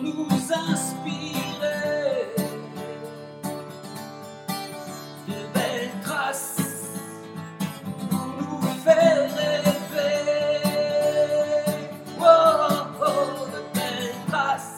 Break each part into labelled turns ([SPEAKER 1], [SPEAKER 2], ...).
[SPEAKER 1] nous inspirer de belles traces pour nous faire rêver. Oh, oh, de belles traces.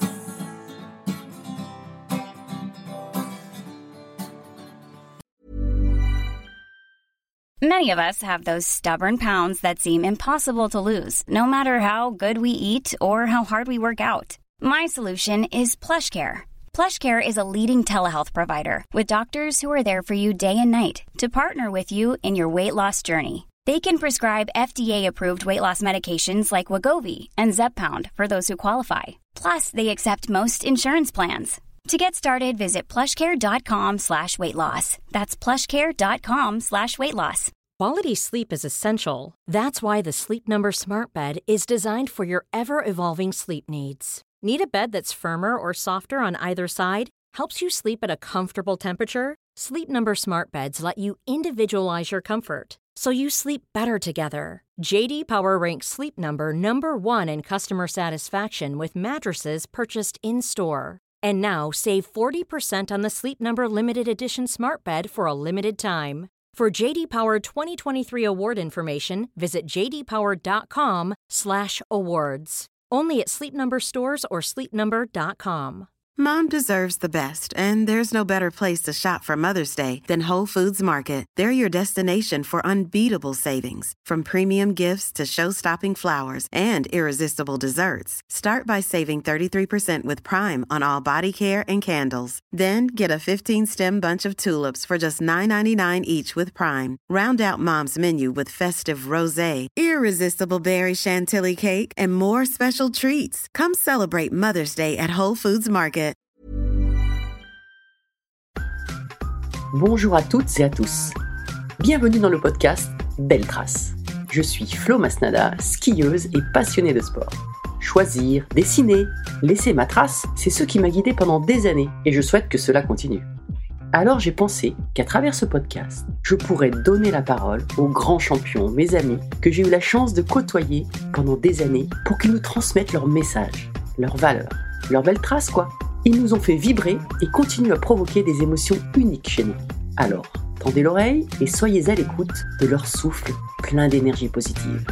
[SPEAKER 2] Many of us have those stubborn pounds that seem impossible to lose, no matter how good we eat or how hard we work out. My solution is PlushCare. PlushCare is a leading telehealth provider with doctors who are there for you day and night to partner with you in your weight loss journey. They can prescribe FDA-approved weight loss medications like Wegovy and Zepbound for those who qualify. Plus, they accept most insurance plans. To get started, visit plushcare.com/weightloss. That's plushcare.com/weightloss.
[SPEAKER 3] Quality sleep is essential. That's why the Sleep Number Smart Bed is designed for your ever-evolving sleep needs. Need a bed that's firmer or softer on either side? Helps you sleep at a comfortable temperature? Sleep Number Smart Beds let you individualize your comfort, so you sleep better together. JD Power ranks Sleep Number number 1 in customer satisfaction with mattresses purchased in-store. And now, save 40% on the Sleep Number Limited Edition Smart Bed for a limited time. For JD Power 2023 award information, visit jdpower.com/awards. Only at Sleep Number stores or sleepnumber.com.
[SPEAKER 4] Mom deserves the best, and there's no better place to shop for Mother's Day than Whole Foods Market. They're your destination for unbeatable savings, from premium gifts to show-stopping flowers and irresistible desserts. Start by saving 33% with Prime on all body care and candles. Then get a 15-stem bunch of tulips for just $9.99 each with Prime. Round out Mom's menu with festive rosé, irresistible berry chantilly cake, and more special treats. Come celebrate Mother's Day at Whole Foods Market.
[SPEAKER 5] Bonjour à toutes et à tous. Bienvenue dans le podcast Belles Traces. Je suis Flo Masnada, skieuse et passionnée de sport. Choisir, dessiner, laisser ma trace, c'est ce qui m'a guidée pendant des années et je souhaite que cela continue. Alors j'ai pensé qu'à travers ce podcast, je pourrais donner la parole aux grands champions, mes amis, que j'ai eu la chance de côtoyer pendant des années pour qu'ils nous transmettent leurs messages, leurs valeurs, leurs belles traces quoi. Ils nous ont fait vibrer et continuent à provoquer des émotions uniques chez nous. Alors, tendez l'oreille et soyez à l'écoute de leur souffle plein d'énergie positive.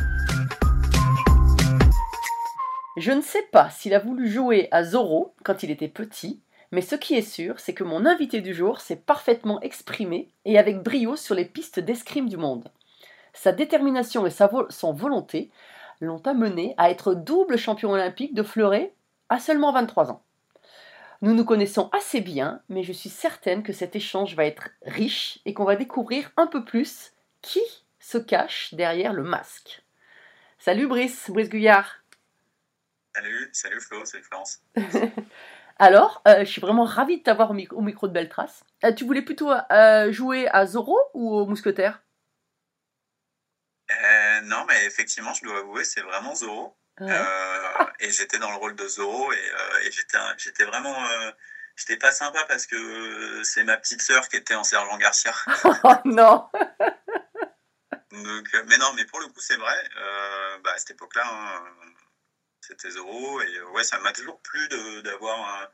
[SPEAKER 5] Je ne sais pas s'il a voulu jouer à Zorro quand il était petit, mais ce qui est sûr, c'est que mon invité du jour s'est parfaitement exprimé et avec brio sur les pistes d'escrime du monde. Sa détermination et son volonté l'ont amené à être double champion olympique de fleuret à seulement 23 ans. Nous nous connaissons assez bien, mais je suis certaine que cet échange va être riche et qu'on va découvrir un peu plus qui se cache derrière le masque. Salut Brice Guyard.
[SPEAKER 6] Salut Flo, salut Florence.
[SPEAKER 5] Alors, je suis vraiment ravie de t'avoir au micro de Belles Traces. Tu voulais plutôt jouer à Zorro ou au Mousquetaire ?
[SPEAKER 6] Non, mais effectivement, je dois avouer, c'est vraiment Zorro. Ouais. Et j'étais dans le rôle de Zorro et j'étais vraiment j'étais pas sympa parce que c'est ma petite sœur qui était en sergent Garcia.
[SPEAKER 5] Oh non.
[SPEAKER 6] Donc, mais pour le coup c'est vrai, à cette époque-là c'était Zorro et ouais, ça m'a toujours plu d'avoir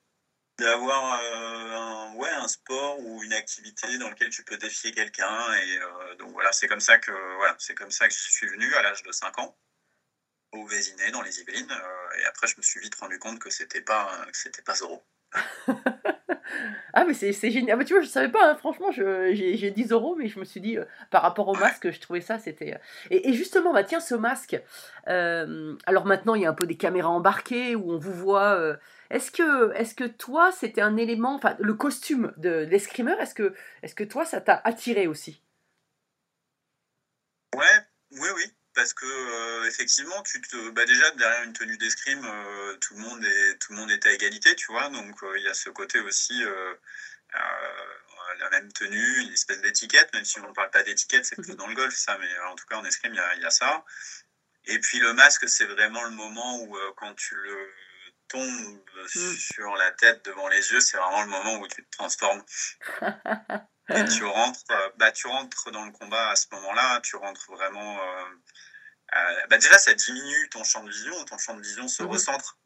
[SPEAKER 6] un sport ou une activité dans lequel tu peux défier quelqu'un et donc voilà, c'est comme ça que je suis venu à l'âge de 5 ans. Au Vésinet, dans les Yvelines, et après je me suis vite rendu compte que c'était pas Zorro.
[SPEAKER 5] Ah mais c'est génial, mais tu vois je savais pas, hein. Franchement j'ai dit Zorro mais je me suis dit par rapport au masque je trouvais ça c'était... Et justement tiens ce masque, alors maintenant il y a un peu des caméras embarquées où on vous voit, est-ce que toi c'était un élément, enfin le costume de l'escrimeur, est-ce que toi ça t'a attiré aussi?
[SPEAKER 6] Ouais, oui. Parce que effectivement, déjà derrière une tenue d'escrime, tout le monde est à égalité, tu vois. Donc il y a ce côté aussi la même tenue, une espèce d'étiquette, même si on ne parle pas d'étiquette, c'est plutôt dans le golf ça, mais en tout cas en escrime il y a ça. Et puis le masque, c'est vraiment le moment où quand tu le tombes sur la tête devant les yeux, c'est vraiment le moment où tu te transformes. Et tu rentres dans le combat à ce moment-là, tu rentres vraiment... déjà, ça diminue ton champ de vision se recentre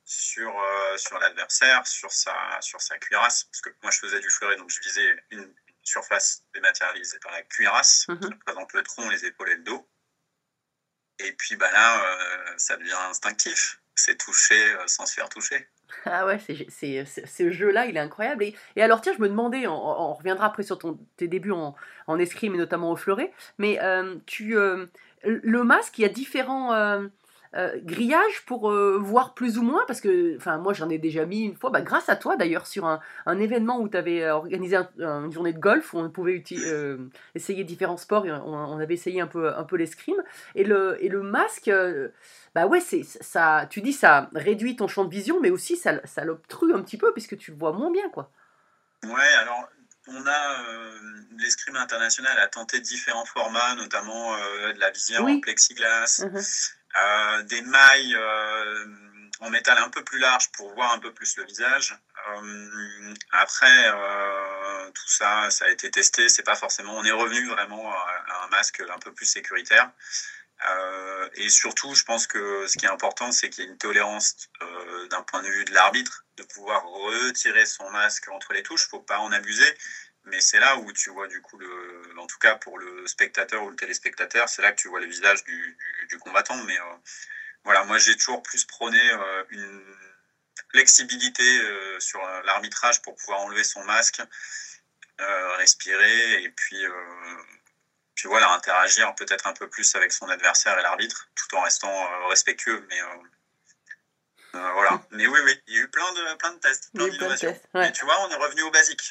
[SPEAKER 6] sur l'adversaire, sur sa cuirasse, parce que moi je faisais du fleuret, donc je visais une surface dématérialisée par la cuirasse, qui représente le tronc, les épaules et le dos. Et puis là, ça devient instinctif, c'est toucher sans se faire toucher.
[SPEAKER 5] Ah ouais, ce jeu-là, il est incroyable. Et alors, tiens, je me demandais, on reviendra après sur tes débuts en escrime et notamment au fleuret, mais le masque, il y a différents grillages pour voir plus ou moins, parce que moi j'en ai déjà mis une fois, grâce à toi d'ailleurs, sur un événement où tu avais organisé une journée de golf où on pouvait essayer différents sports, et on avait essayé un peu l'escrime, et le masque. Ouais, ça, tu dis ça réduit ton champ de vision, mais aussi ça l'obstrue un petit peu puisque tu le vois moins bien, quoi.
[SPEAKER 6] Ouais, alors on a l'escrime international a tenté différents formats, notamment de la visière en plexiglas, des mailles en métal un peu plus large pour voir un peu plus le visage. Après, tout ça a été testé. C'est pas forcément. On est revenu vraiment à un masque un peu plus sécuritaire. Et surtout, je pense que ce qui est important, c'est qu'il y ait une tolérance d'un point de vue de l'arbitre, de pouvoir retirer son masque entre les touches. Faut pas en abuser. Mais c'est là où tu vois du coup, en tout cas pour le spectateur ou le téléspectateur, c'est là que tu vois le visage du combattant. Mais voilà, moi j'ai toujours plus prôné une flexibilité sur l'arbitrage pour pouvoir enlever son masque, respirer et puis voilà, interagir peut-être un peu plus avec son adversaire et l'arbitre, tout en restant respectueux. Mais voilà. Mais oui, il y a eu plein de tests, plein d'innovations.
[SPEAKER 5] Ouais.
[SPEAKER 6] Mais tu vois, on est revenu au basique.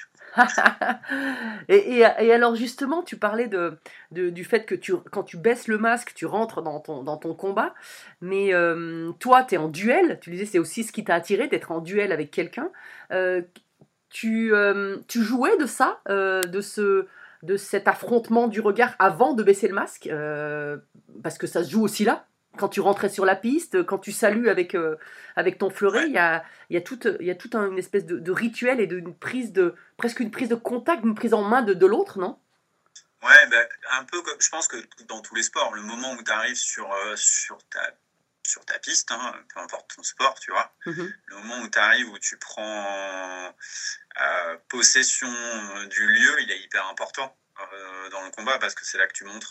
[SPEAKER 5] et alors justement, tu parlais du fait que quand tu baisses le masque, tu rentres dans ton combat, mais toi, tu es en duel, tu disais c'est aussi ce qui t'a attiré, d'être en duel avec quelqu'un. Tu jouais de ça, de cet affrontement du regard avant de baisser le masque, parce que ça se joue aussi là. Quand tu rentrais sur la piste, quand tu salues avec ton fleuret, il y a toute une espèce de rituel et presque une prise de contact, une prise en main de l'autre, non ?
[SPEAKER 6] Ouais, un peu comme, je pense que dans tous les sports, le moment où tu arrives sur ta piste, peu importe ton sport, tu vois, le moment où tu arrives, où tu prends possession du lieu, il est hyper important dans le combat, parce que c'est là que tu montres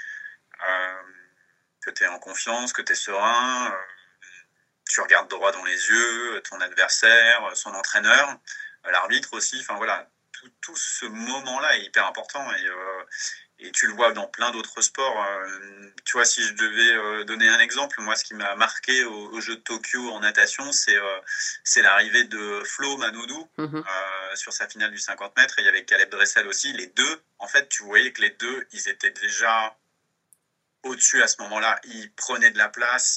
[SPEAKER 6] que tu es en confiance, que tu es serein, tu regardes droit dans les yeux ton adversaire, son entraîneur, l'arbitre aussi, enfin voilà, tout ce moment-là est hyper important, et tu le vois dans plein d'autres sports. Tu vois, si je devais donner un exemple, moi ce qui m'a marqué aux Jeux de Tokyo en natation, c'est l'arrivée de Flo Manodou sur sa finale du 50 mètres, et il y avait Caleb Dressel aussi. Les deux, en fait, tu voyais que les deux, ils étaient déjà au-dessus à ce moment-là, ils prenaient de la place,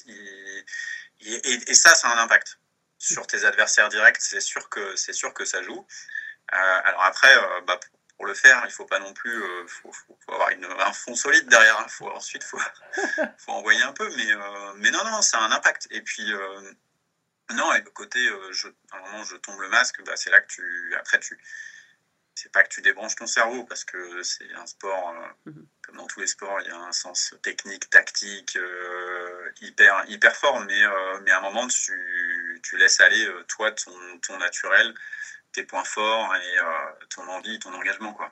[SPEAKER 6] et ça a un impact sur tes adversaires directs. C'est sûr que ça joue. Alors après, pour le faire, il faut pas non plus, faut avoir un fond solide derrière. Ensuite, faut envoyer un peu, mais non, ça a un impact. Et puis non, et le côté, à un moment, je tombe le masque, c'est là que c'est pas que tu débranches ton cerveau, parce que c'est un sport, comme dans tous les sports, il y a un sens technique, tactique, hyper fort, mais à un moment, tu laisses aller, toi, ton naturel, tes points forts, et ton envie, ton engagement, quoi.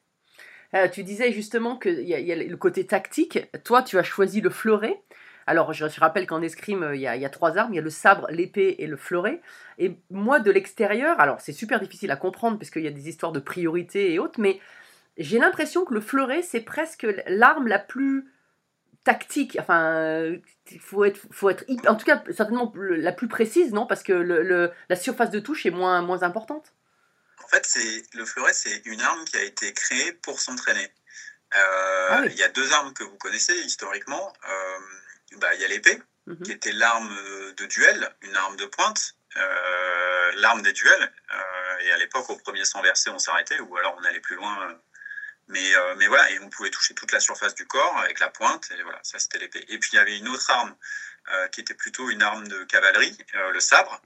[SPEAKER 5] Tu disais justement qu'il y a le côté tactique. Toi, tu as choisi le fleuret. Alors, je rappelle qu'en escrime, il y a 3 armes. Il y a le sabre, l'épée et le fleuret. Et moi, de l'extérieur, alors c'est super difficile à comprendre parce qu'il y a des histoires de priorité et autres, mais j'ai l'impression que le fleuret, c'est presque l'arme la plus tactique. Enfin, il faut être en tout cas, certainement la plus précise, non ? Parce que la surface de touche est moins importante.
[SPEAKER 6] En fait, le fleuret, c'est une arme qui a été créée pour s'entraîner. Il y a 2 armes que vous connaissez historiquement. Il y a l'épée, qui était l'arme de duel, une arme de pointe, l'arme des duels. Et à l'époque, au premier sang versé, on s'arrêtait, ou alors on allait plus loin. Mais voilà, et on pouvait toucher toute la surface du corps avec la pointe, et voilà, ça c'était l'épée. Et puis il y avait une autre arme qui était plutôt une arme de cavalerie, le sabre,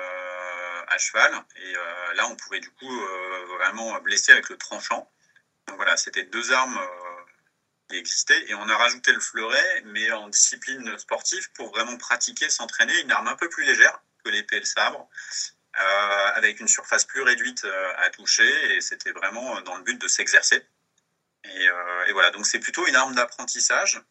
[SPEAKER 6] à cheval. Et là, on pouvait du coup vraiment blesser avec le tranchant. Donc voilà, c'était 2 armes qui existaient, et on a rajouté le fleuret, mais en discipline sportive, pour vraiment pratiquer, s'entraîner, une arme un peu plus légère, que l'épée et le sabre, avec une surface plus réduite à toucher, et c'était vraiment dans le but de s'exercer. Et voilà, donc c'est plutôt une arme d'apprentissage,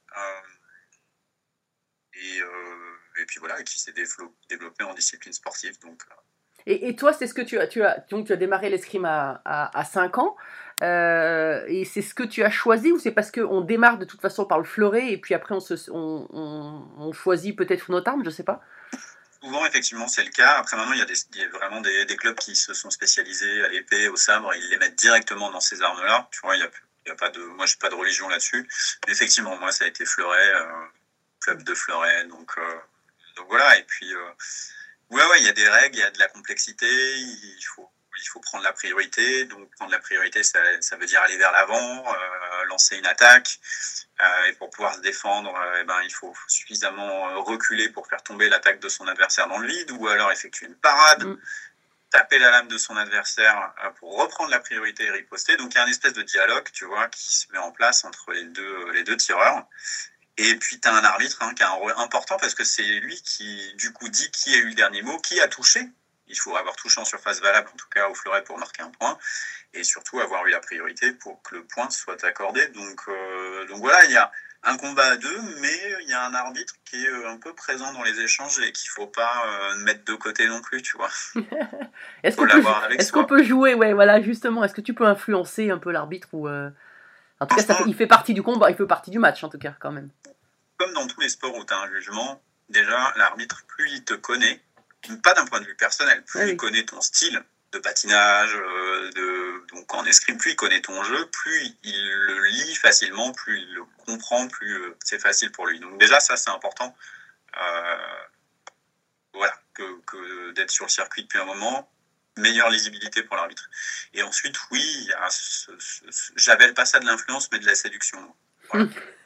[SPEAKER 6] et puis voilà, qui s'est développée en discipline sportive. Donc,
[SPEAKER 5] Et toi, c'est ce que tu as démarré l'escrime à 5 ans, et c'est ce que tu as choisi, ou c'est parce qu'on démarre de toute façon par le fleuret et puis après on choisit peut-être une autre arme, je sais pas.
[SPEAKER 6] Souvent, effectivement, c'est le cas. Après, maintenant, il y a vraiment des clubs qui se sont spécialisés à l'épée, au sabre, ils les mettent directement dans ces armes-là. Tu vois, il y a pas de, moi, j'ai pas de religion là-dessus. Mais effectivement, moi, ça a été fleuret, club de fleuret, donc voilà. Et puis, ouais, il y a des règles, il y a de la complexité, il faut prendre la priorité. Donc, prendre la priorité, ça veut dire aller vers l'avant, lancer une attaque. Et pour pouvoir se défendre, il faut suffisamment reculer pour faire tomber l'attaque de son adversaire dans le vide, ou alors effectuer une parade, taper la lame de son adversaire pour reprendre la priorité et riposter. Donc, il y a une espèce de dialogue, tu vois, qui se met en place entre les deux tireurs. Et puis, tu as un arbitre qui a un rôle important parce que c'est lui qui, du coup, dit qui a eu le dernier mot, qui a touché. Il faut avoir touché en surface valable, en tout cas au fleuret, pour marquer un point. Et surtout, avoir eu la priorité pour que le point soit accordé. Donc voilà, il y a un combat à deux, mais il y a un arbitre qui est un peu présent dans les échanges et qu'il ne faut pas mettre de côté non plus, tu vois.
[SPEAKER 5] Est-ce qu'on peut jouer, ouais, voilà, justement, est-ce que tu peux influencer un peu l'arbitre ou En tout cas, il fait partie du combat, il fait partie du match, en tout cas, quand même.
[SPEAKER 6] Comme dans tous les sports où tu as un jugement, déjà, l'arbitre, plus il te connaît, pas d'un point de vue personnel, plus il connaît ton style de patinage, donc en escrime, plus il connaît ton jeu, plus il le lit facilement, plus il le comprend, plus c'est facile pour lui. Donc déjà, ça, c'est important. Voilà, que d'être sur le circuit depuis un moment, meilleure lisibilité pour l'arbitre. Et ensuite, oui, il y a j'appelle pas ça de l'influence, mais de la séduction. Voilà.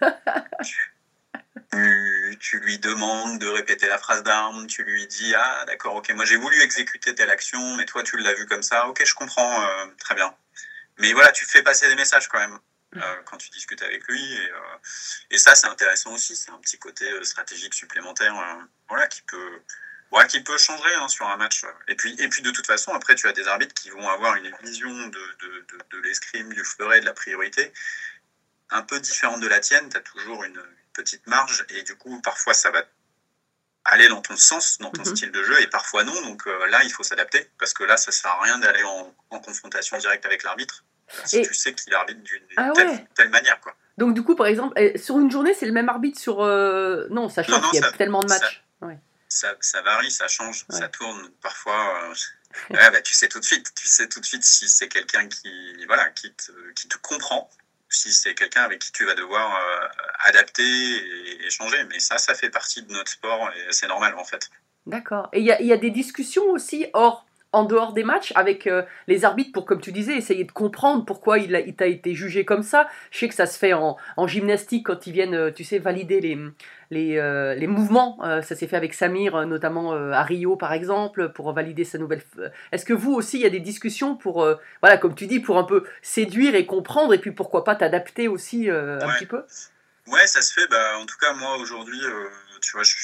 [SPEAKER 6] Tu lui demandes de répéter la phrase d'arme, tu lui dis « Ah, d'accord, ok, moi j'ai voulu exécuter telle action, mais toi tu l'as vu comme ça, ok, je comprends, très bien. » Mais voilà, tu fais passer des messages quand même quand tu discutes avec lui, et ça c'est intéressant aussi, c'est un petit côté stratégique supplémentaire qui peut changer sur un match. Et puis de toute façon, après tu as des arbitres qui vont avoir une vision de l'escrime, du fleuret, de la priorité, un peu différente de la tienne. Tu as toujours une petite marge, et du coup parfois ça va aller dans ton sens, dans ton style de jeu, et parfois non. Donc là il faut s'adapter, parce que là ça sert à rien d'aller en confrontation directe avec l'arbitre si tu sais qu'il arbitre d'une telle manière, quoi.
[SPEAKER 5] Donc du coup, par exemple, sur une journée c'est le même arbitre sur non, ça change, il y a tellement de matchs.
[SPEAKER 6] Ça varie, ça change, ça tourne parfois. Tu sais tout de suite si c'est quelqu'un qui te comprend, si c'est quelqu'un avec qui tu vas devoir adapter et échanger. Mais ça fait partie de notre sport, et c'est normal, en fait.
[SPEAKER 5] D'accord. Et il y a des discussions aussi en dehors des matchs avec les arbitres pour, comme tu disais, essayer de comprendre pourquoi il t'a été jugé comme ça. Je sais que ça se fait en gymnastique quand ils viennent, tu sais, valider les mouvements. Ça s'est fait avec Samir, notamment à Rio, par exemple, pour valider sa nouvelle... Est-ce que vous aussi, il y a des discussions pour, comme tu dis, pour un peu séduire et comprendre, et puis pourquoi pas t'adapter aussi un petit peu?
[SPEAKER 6] Ouais, ça se fait. En tout cas, moi, aujourd'hui, tu vois, je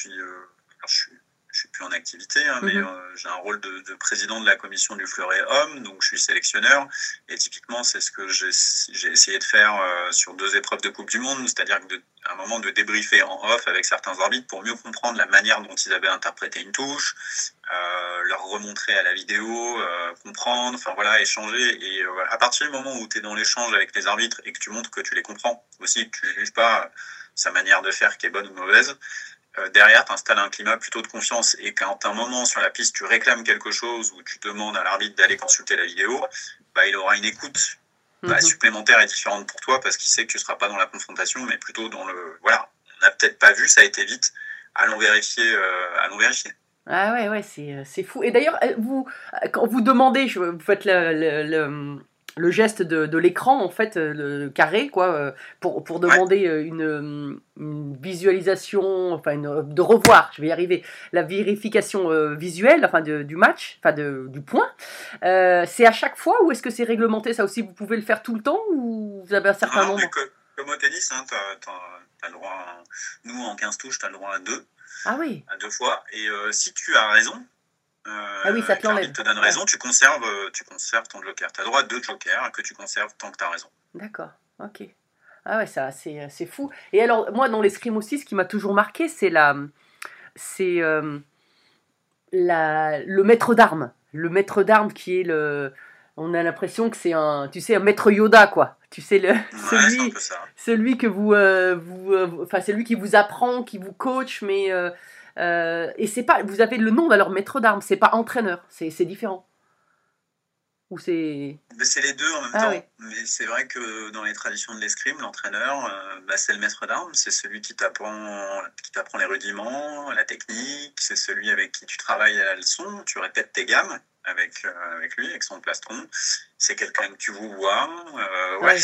[SPEAKER 6] suis plus en activité, mais j'ai un rôle de président de la commission du fleuret homme, donc je suis sélectionneur, et typiquement c'est ce que j'ai essayé de faire sur 2 épreuves de Coupe du Monde, c'est-à-dire à un moment de débriefer en off avec certains arbitres pour mieux comprendre la manière dont ils avaient interprété une touche, leur remontrer à la vidéo, comprendre, enfin voilà, échanger, et à partir du moment où tu es dans l'échange avec les arbitres et que tu montres que tu les comprends, aussi que tu ne juges pas sa manière de faire qui est bonne ou mauvaise, derrière, tu installes un climat plutôt de confiance, et quand à un moment sur la piste, tu réclames quelque chose ou tu demandes à l'arbitre d'aller consulter la vidéo, il aura une écoute supplémentaire et différente pour toi, parce qu'il sait que tu ne seras pas dans la confrontation, mais plutôt dans le... Voilà, on n'a peut-être pas vu, ça a été vite, allons vérifier.
[SPEAKER 5] Ah ouais, c'est fou. Et d'ailleurs, quand vous demandez, vous faites le geste de l'écran, en fait, le carré, quoi, pour demander une visualisation, de revoir, je vais y arriver, la vérification visuelle, du match, du point. C'est à chaque fois, ou est-ce que c'est réglementé? Ça aussi, vous pouvez le faire tout le temps, ou vous avez un certain nombre?
[SPEAKER 6] Comme au tennis, t'as le droit, nous en 15 touches, t'as le droit à 2.
[SPEAKER 5] Ah oui.
[SPEAKER 6] À 2 fois. Et si tu as raison,
[SPEAKER 5] Ah oui, ça te
[SPEAKER 6] que l'arbitre
[SPEAKER 5] l'enlève.
[SPEAKER 6] te donne raison, tu conserves ton joker. Tu as droit à 2 jokers que tu conserves tant que tu as raison.
[SPEAKER 5] D'accord, ok. Ah ouais, ça, c'est fou. Et alors, moi, dans l'escrime aussi, ce qui m'a toujours marqué, c'est le maître d'armes. Le maître d'armes qui est le... On a l'impression que c'est un, tu sais, un maître Yoda, quoi. Tu sais,
[SPEAKER 6] Ouais, c'est un peu ça.
[SPEAKER 5] celui que enfin, c'est lui qui vous apprend, qui vous coach, mais... et c'est pas... Vous avez le nom, alors, maître d'armes, c'est pas entraîneur, c'est différent. Ou c'est...
[SPEAKER 6] Mais c'est les deux en même
[SPEAKER 5] Ah
[SPEAKER 6] temps.
[SPEAKER 5] oui.
[SPEAKER 6] Mais c'est vrai que dans les traditions de l'escrime, l'entraîneur, c'est le maître d'armes. C'est celui qui t'apprend les rudiments, la technique. C'est celui avec qui tu travailles à la leçon. Tu répètes tes gammes avec lui, avec son plastron. C'est quelqu'un que tu vous vois.
[SPEAKER 5] Ouais.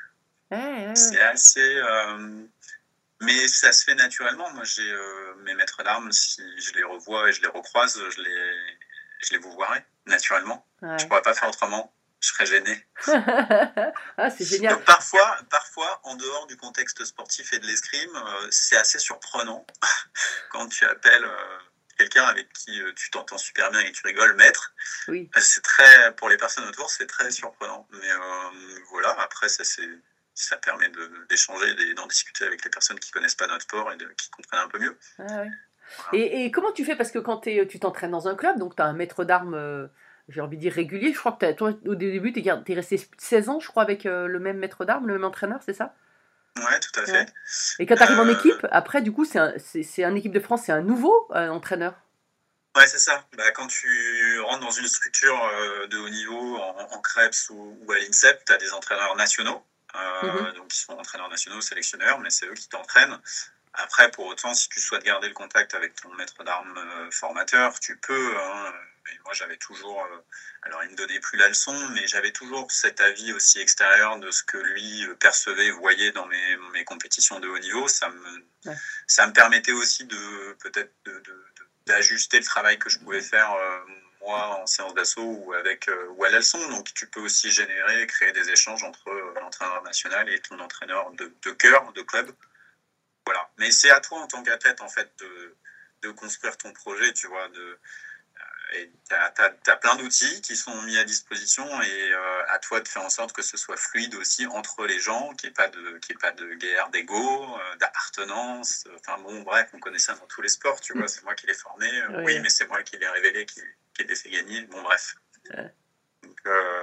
[SPEAKER 6] C'est assez... mais ça se fait naturellement. Moi, j'ai mes maîtres d'armes, si je les revois et je les recroise, je les vous verrai naturellement.
[SPEAKER 5] Ouais.
[SPEAKER 6] Je pourrais pas faire autrement. Je serais gêné.
[SPEAKER 5] Ah, c'est génial.
[SPEAKER 6] Donc parfois, en dehors du contexte sportif et de l'escrime, c'est assez surprenant quand tu appelles quelqu'un avec qui tu t'entends super bien et tu rigoles, maître.
[SPEAKER 5] Oui.
[SPEAKER 6] C'est très, pour les personnes autour, c'est très surprenant. Mais voilà, après, ça permet d'échanger, d'en discuter avec les personnes qui connaissent pas notre sport et qui comprennent un peu mieux.
[SPEAKER 5] Ah ouais. Et comment tu fais? Parce que quand tu t'entraînes dans un club, donc tu as un maître d'armes, j'ai envie de dire régulier. Je crois que toi, au début, tu es resté 16 ans, je crois, avec le même maître d'armes, le même entraîneur, c'est ça?
[SPEAKER 6] Ouais, tout à fait.
[SPEAKER 5] Ouais. Et quand tu arrives en équipe, après, du coup, c'est un équipe de France, c'est un nouveau entraîneur.
[SPEAKER 6] Ouais, c'est ça. Quand tu rentres dans une structure de haut niveau, en CREPS ou à l'INSEP, tu as des entraîneurs nationaux. Donc, ils sont entraîneurs nationaux, sélectionneurs, mais c'est eux qui t'entraînent. Après, pour autant, si tu souhaites garder le contact avec ton maître d'armes formateur, tu peux. Et moi, j'avais toujours. Alors, il ne me donnait plus la leçon, mais j'avais toujours cet avis aussi extérieur de ce que lui percevait, voyait dans mes compétitions de haut niveau. Ça me permettait aussi peut-être d'ajuster le travail que je pouvais faire moi en séance d'assaut ou ou à la leçon. Donc, tu peux aussi créer des échanges entre l'entraîneur national et ton entraîneur de cœur, de club. Voilà. Mais c'est à toi en tant qu'athlète en fait de construire ton projet, tu vois. Et t'as plein d'outils qui sont mis à disposition et à toi de faire en sorte que ce soit fluide aussi entre les gens, qu'il n'y ait pas de guerre d'ego, d'appartenance. Enfin bon, bref, on connaît ça dans tous les sports, tu vois. C'est moi qui l'ai formé. Oui, mais c'est moi qui l'ai révélé, qui l'ai fait gagner. Bon, bref. Donc,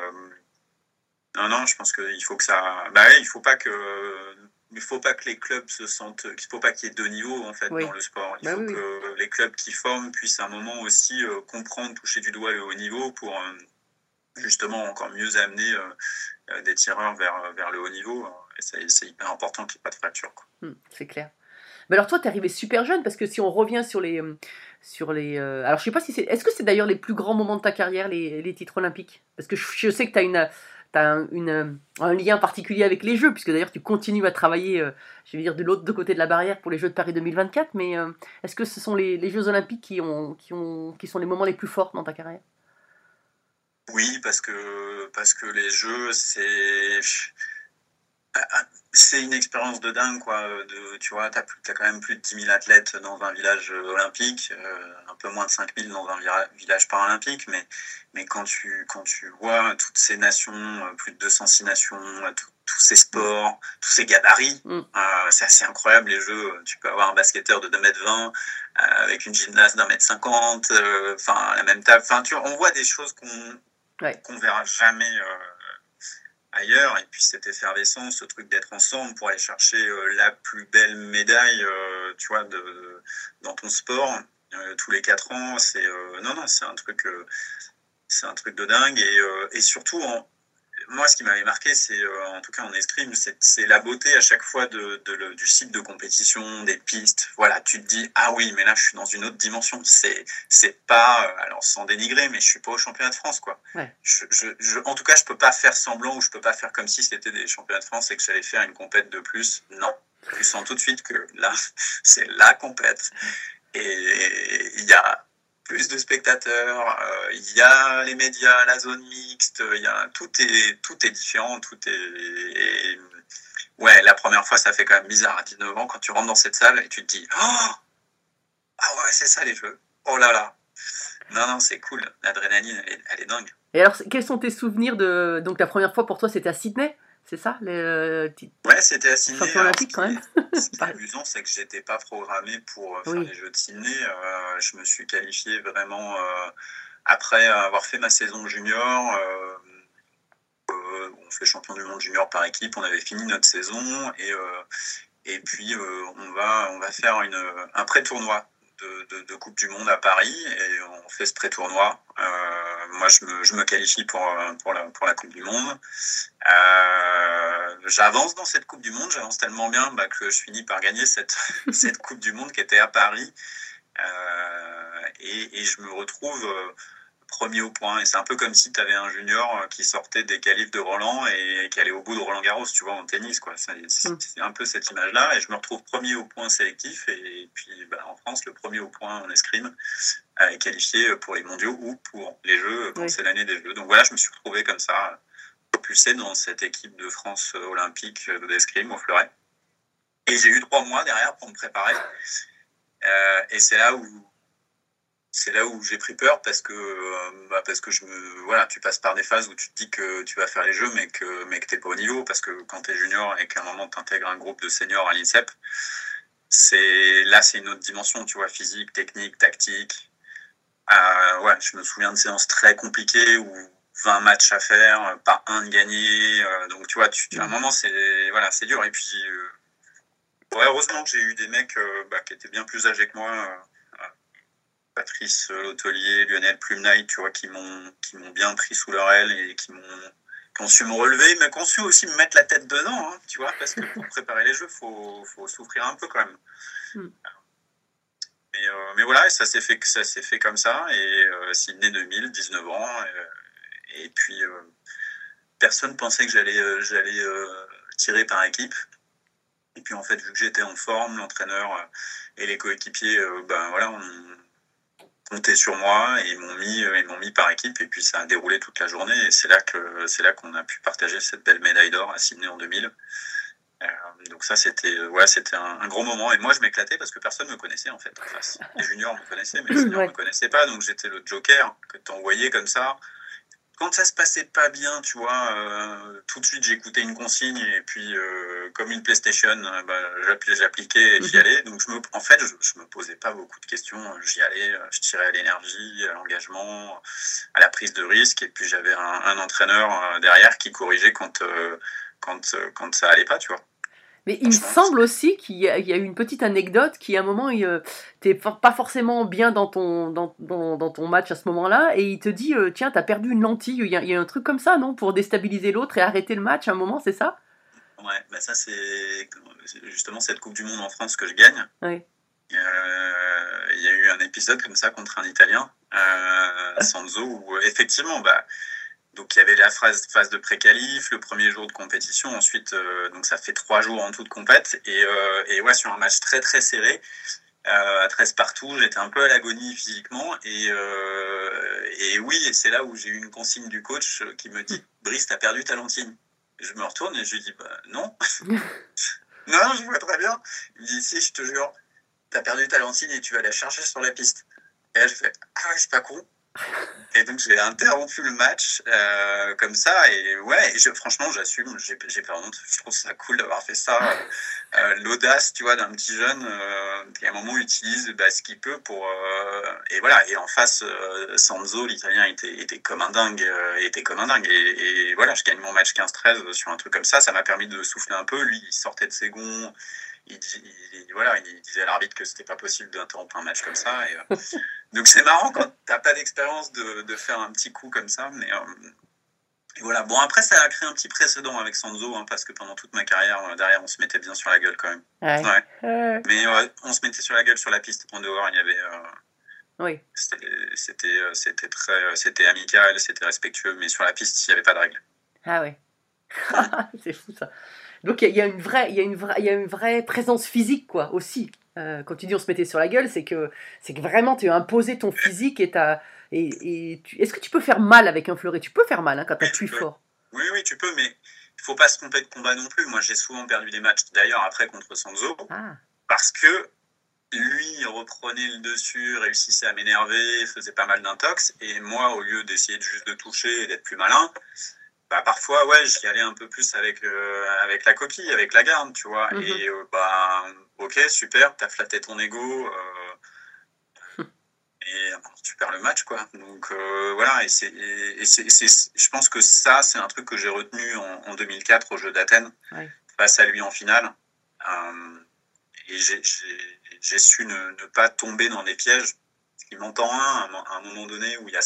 [SPEAKER 6] non, je pense qu'il faut que ça... il faut pas que les clubs se sentent... Il faut pas qu'il y ait 2 niveaux, en fait, dans le sport. Il faut que les clubs qui forment puissent à un moment aussi comprendre, toucher du doigt le haut niveau pour justement encore mieux amener des tireurs vers le haut niveau. Et c'est hyper important qu'il n'y ait pas de fracture, quoi.
[SPEAKER 5] C'est clair. Mais alors toi, t'es arrivé super jeune, parce que si on revient sur les alors je sais pas si c'est... Est-ce que c'est d'ailleurs les plus grands moments de ta carrière, les titres olympiques? Parce que je sais que t'as un lien particulier avec les Jeux, puisque d'ailleurs tu continues à travailler, je vais dire, de l'autre côté de la barrière pour les Jeux de Paris 2024, mais est-ce que ce sont les Jeux olympiques qui sont les moments les plus forts dans ta carrière?
[SPEAKER 6] Oui, parce que les Jeux, c'est une expérience de dingue, quoi. Tu vois, t'as quand même plus de 10 000 athlètes dans un village olympique, un peu moins de 5 000 dans un village paralympique, mais quand tu vois toutes ces nations, plus de 206 nations, tous ces sports, tous ces gabarits, c'est assez incroyable, les Jeux. Tu peux avoir un basketteur de 2,20 m avec une gymnaste d'1,50 m, la même table. On voit des choses qu'on verra jamais ailleurs, et puis cette effervescence, ce truc d'être ensemble pour aller chercher la plus belle médaille, tu vois, dans ton sport, tous les 4 ans, c'est un truc de dingue, et surtout, moi, ce qui m'avait marqué, c'est, en tout cas en escrime, c'est la beauté à chaque fois du site de compétition, des pistes. Voilà, tu te dis, ah oui, mais là, je suis dans une autre dimension. C'est pas, alors sans dénigrer, mais je suis pas au championnat de France, quoi.
[SPEAKER 5] Ouais.
[SPEAKER 6] En tout cas, je peux pas faire semblant, ou je peux pas faire comme si c'était des championnats de France et que j'allais faire une compète de plus. Non. Tu sens tout de suite que là, c'est la compète. Et il y a plus de spectateurs, il y a les médias, la zone mixte, tout est différent, ouais, la première fois, ça fait quand même bizarre à 19 ans quand tu rentres dans cette salle et tu te dis, oh, ah ouais, c'est ça les Jeux, oh là là. Non, c'est cool. L'adrénaline, elle est dingue.
[SPEAKER 5] Et alors, quels sont tes souvenirs de... Donc, la première fois pour toi, c'était à Sydney, c'est ça
[SPEAKER 6] Ouais, c'était à Sydney.
[SPEAKER 5] Champion olympique, quand même.
[SPEAKER 6] Ce qui est amusant, c'est que j'étais pas programmé pour faire les Jeux de Sydney. Je me suis qualifié vraiment après avoir fait ma saison junior. On fait champion du monde junior par équipe. On avait fini notre saison et puis on va faire un pré-tournoi de Coupe du Monde à Paris et on fait ce pré-tournoi. Moi, je me qualifie pour la Coupe du Monde. J'avance dans cette Coupe du Monde, j'avance tellement bien que je finis par gagner cette Coupe du Monde qui était à Paris. Et je me retrouve premier au point. Et c'est un peu comme si tu avais un junior qui sortait des qualifs de Roland et qui allait au bout de Roland Garros, tu vois, en tennis, quoi. C'est un peu cette image-là. Et je me retrouve premier au point sélectif. Et puis, en France, le premier au point en escrime est qualifié pour les mondiaux ou pour les Jeux, quand c'est l'année des Jeux. Donc voilà, je me suis retrouvé comme ça, propulsé dans cette équipe de France olympique d'escrime au fleuret. Et j'ai eu 3 mois derrière pour me préparer. Et c'est là où j'ai pris peur parce que tu passes par des phases où tu te dis que tu vas faire les Jeux mais que t'es pas au niveau, parce que quand t'es junior et qu'à un moment t'intègres un groupe de seniors à l'INSEP, c'est une autre dimension, tu vois, physique, technique, tactique. Je me souviens de séances très compliquées où 20 matchs à faire, pas un de gagné, donc tu vois, à un moment c'est dur. Et puis heureusement que j'ai eu des mecs qui étaient bien plus âgés que moi, Patrice Lotelier, Lionel Plumnight, tu vois, qui m'ont bien pris sous leur aile et qui ont su me relever, mais qui ont su aussi me mettre la tête dedans, hein, tu vois, parce que pour préparer les Jeux, faut souffrir un peu quand même. Mais voilà, ça s'est fait comme ça, et Sydney 2000, 19 ans, et puis personne pensait que j'allais tirer par équipe. Et puis en fait, vu que j'étais en forme, l'entraîneur et les coéquipiers, on comptait sur moi et ils m'ont mis par équipe, et puis ça a déroulé toute la journée, et c'est là qu'on a pu partager cette belle médaille d'or à Sydney en 2000. Donc ça, c'était un gros moment, et moi je m'éclatais parce que personne me connaissait en fait en face. Les juniors me connaissaient, mais les seniors me connaissaient pas, donc j'étais le joker que t'envoyais comme ça. Quand ça se passait pas bien, tu vois, tout de suite j'écoutais une consigne, et puis comme une PlayStation, j'appliquais et j'y allais. Donc je me posais pas beaucoup de questions. J'y allais, je tirais à l'énergie, à l'engagement, à la prise de risque, et puis j'avais un entraîneur derrière qui corrigeait quand ça allait pas, tu vois.
[SPEAKER 5] Mais il me semble aussi qu'il y a eu une petite anecdote qui, à un moment, t'es pas forcément bien dans ton match à ce moment-là, et il te dit tiens, t'as perdu une lentille. Il y a un truc comme ça, non, pour déstabiliser l'autre et arrêter le match à un moment, c'est ça?
[SPEAKER 6] Ouais, ça c'est justement cette Coupe du Monde en France que je gagne.
[SPEAKER 5] Oui.
[SPEAKER 6] Il y a eu un épisode comme ça contre un Italien, Sanzo, où effectivement, donc il y avait la phase de pré-qualif, le premier jour de compétition, ensuite donc ça fait 3 jours en tout de compète, et sur un match très très serré, à 13 partout, j'étais un peu à l'agonie physiquement, et c'est là où j'ai eu une consigne du coach qui me dit « Brice, t'as perdu ta lentille ». Je me retourne et je lui dis « Non, non, je vois très bien ». Il me dit « Si, je te jure, t'as perdu ta lentille et tu vas la chercher sur la piste ». Et là je fais « Ah ouais, c'est pas con ». Et donc j'ai interrompu le match comme ça, et franchement j'assume, j'ai pas honte, je trouve ça cool d'avoir fait ça, l'audace, tu vois, d'un petit jeune qui à un moment utilise ce qu'il peut pour et en face Sanzo, l'Italien, était comme un dingue, et voilà, je gagne mon match 15-13 sur un truc comme ça m'a permis de souffler un peu. Lui il sortait de ses gonds, il disait à l'arbitre que c'était pas possible d'interrompre un match comme ça, et donc c'est marrant quand t'as pas d'expérience de faire un petit coup comme ça, mais voilà. Bon, après ça a créé un petit précédent avec Sanzo, parce que pendant toute ma carrière derrière on se mettait bien sur la gueule quand même. Ouais. Mais on se mettait sur la gueule sur la piste. En dehors il y avait c'était amical, c'était respectueux, mais sur la piste il y avait pas de règles.
[SPEAKER 5] Ah ouais. C'est fou ça. Donc il y a une vraie présence physique, quoi, aussi. Quand tu dis on se mettait sur la gueule, c'est que vraiment tu as imposé ton physique, est-ce que tu peux faire mal avec un fleuret? Tu peux faire mal quand tu appuies fort.
[SPEAKER 6] Oui, tu peux, mais il faut pas se tromper de combat non plus. Moi j'ai souvent perdu des matchs, d'ailleurs après contre Sanzo, parce que lui reprenait le dessus, réussissait à m'énerver, faisait pas mal d'intox, et moi, au lieu d'essayer juste de toucher et d'être plus malin, bah parfois, ouais, j'y allais un peu plus avec la coquille, avec la garde, tu vois. Et ok, super, t'as flatté ton ego, et tu perds le match, quoi. Donc voilà, je pense que ça, c'est un truc que j'ai retenu en 2004 au Jeux d'Athènes, face à lui en finale. Et j'ai su ne pas tomber dans des pièges. Il m'entend à un moment donné où il y a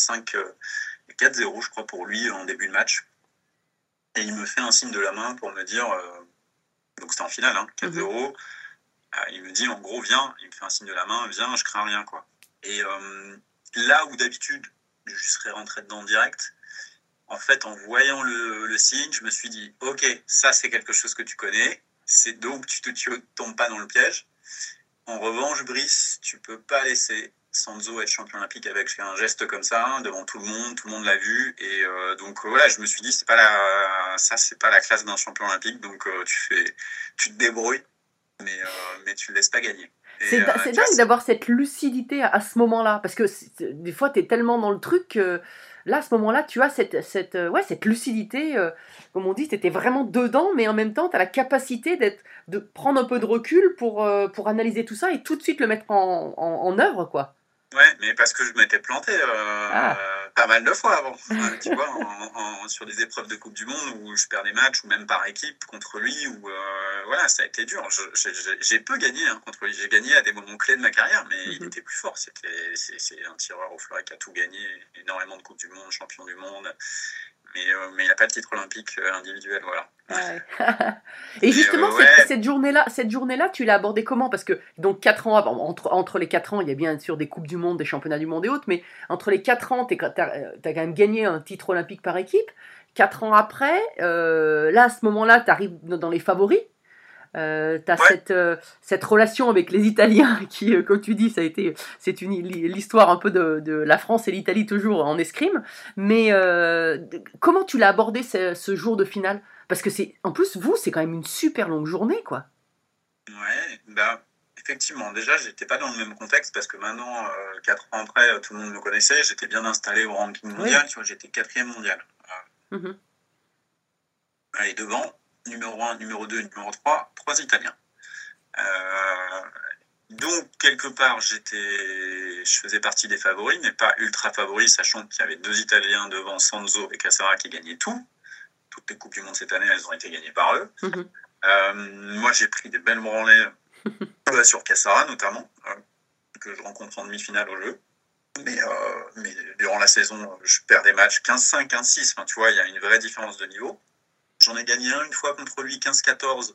[SPEAKER 6] 4-0, je crois, pour lui en début de match. Et il me fait un signe de la main pour me dire, donc c'était en finale, 4-0, il me dit en gros, viens, il me fait un signe de la main, viens, je crains rien, quoi. Et là où d'habitude, je serais rentré dedans direct, en fait, en voyant le signe, je me suis dit, ok, ça c'est quelque chose que tu connais, c'est donc tu tombes pas dans le piège. En revanche, Brice, tu peux pas laisser Sanzo être champion olympique avec un geste comme ça, devant tout le monde l'a vu, et donc voilà, je me suis dit, c'est pas la classe d'un champion olympique, donc tu te débrouilles, mais tu le laisses pas gagner.
[SPEAKER 7] C'est dingue d'avoir cette lucidité à ce moment-là, parce que des fois, tu es tellement dans le truc que là, à ce moment-là, tu as cette lucidité, comme on dit, tu étais vraiment dedans, mais en même temps, tu as la capacité de prendre un peu de recul pour analyser tout ça et tout de suite le mettre en œuvre, quoi.
[SPEAKER 6] Ouais, mais parce que je m'étais planté pas mal de fois avant, tu vois, sur des épreuves de Coupe du Monde où je perds des matchs, ou même par équipe contre lui, où voilà, ça a été dur. J'ai peu gagné contre lui, j'ai gagné à des moments clés de ma carrière, mais il était plus fort. C'est un tireur au fleuret qui a tout gagné, énormément de Coupe du Monde, champion du monde, mais il n'a pas de titre olympique individuel, voilà.
[SPEAKER 7] Ouais. Et justement, cette journée-là, tu l'as abordée comment? Parce que donc 4 ans entre les 4 ans, il y a bien sûr des coupes du monde, des championnats du monde et autres, mais entre les 4 ans, t'as quand même gagné un titre olympique par équipe. 4 ans après, là à ce moment-là, tu arrives dans les favoris. T'as cette relation avec les Italiens qui, comme tu dis, c'est l'histoire un peu de la France et l'Italie toujours en escrime. Mais comment tu l'as abordé ce jour de finale? Parce que en plus, c'est quand même une super longue journée, quoi.
[SPEAKER 6] Ouais, bah effectivement. Déjà, j'étais pas dans le même contexte parce que maintenant, 4 ans après, tout le monde me connaissait. J'étais bien installé au ranking mondial. Tu vois, j'étais 4e mondial. Et devant, numéro 1, numéro 2, numéro 3 Italiens. Donc, quelque part, je faisais partie des favoris, mais pas ultra favoris, sachant qu'il y avait 2 Italiens devant, Sanzo et Cassara, qui gagnaient tout. Toutes les Coupes du Monde cette année, elles ont été gagnées par eux. Moi, j'ai pris des belles branlées sur Cassara, notamment, que je rencontre en demi-finale au jeu. Mais durant la saison, je perds des matchs 15-5, 15-6. Enfin, tu vois, il y a une vraie différence de niveau. J'en ai gagné une fois contre lui, 15-14.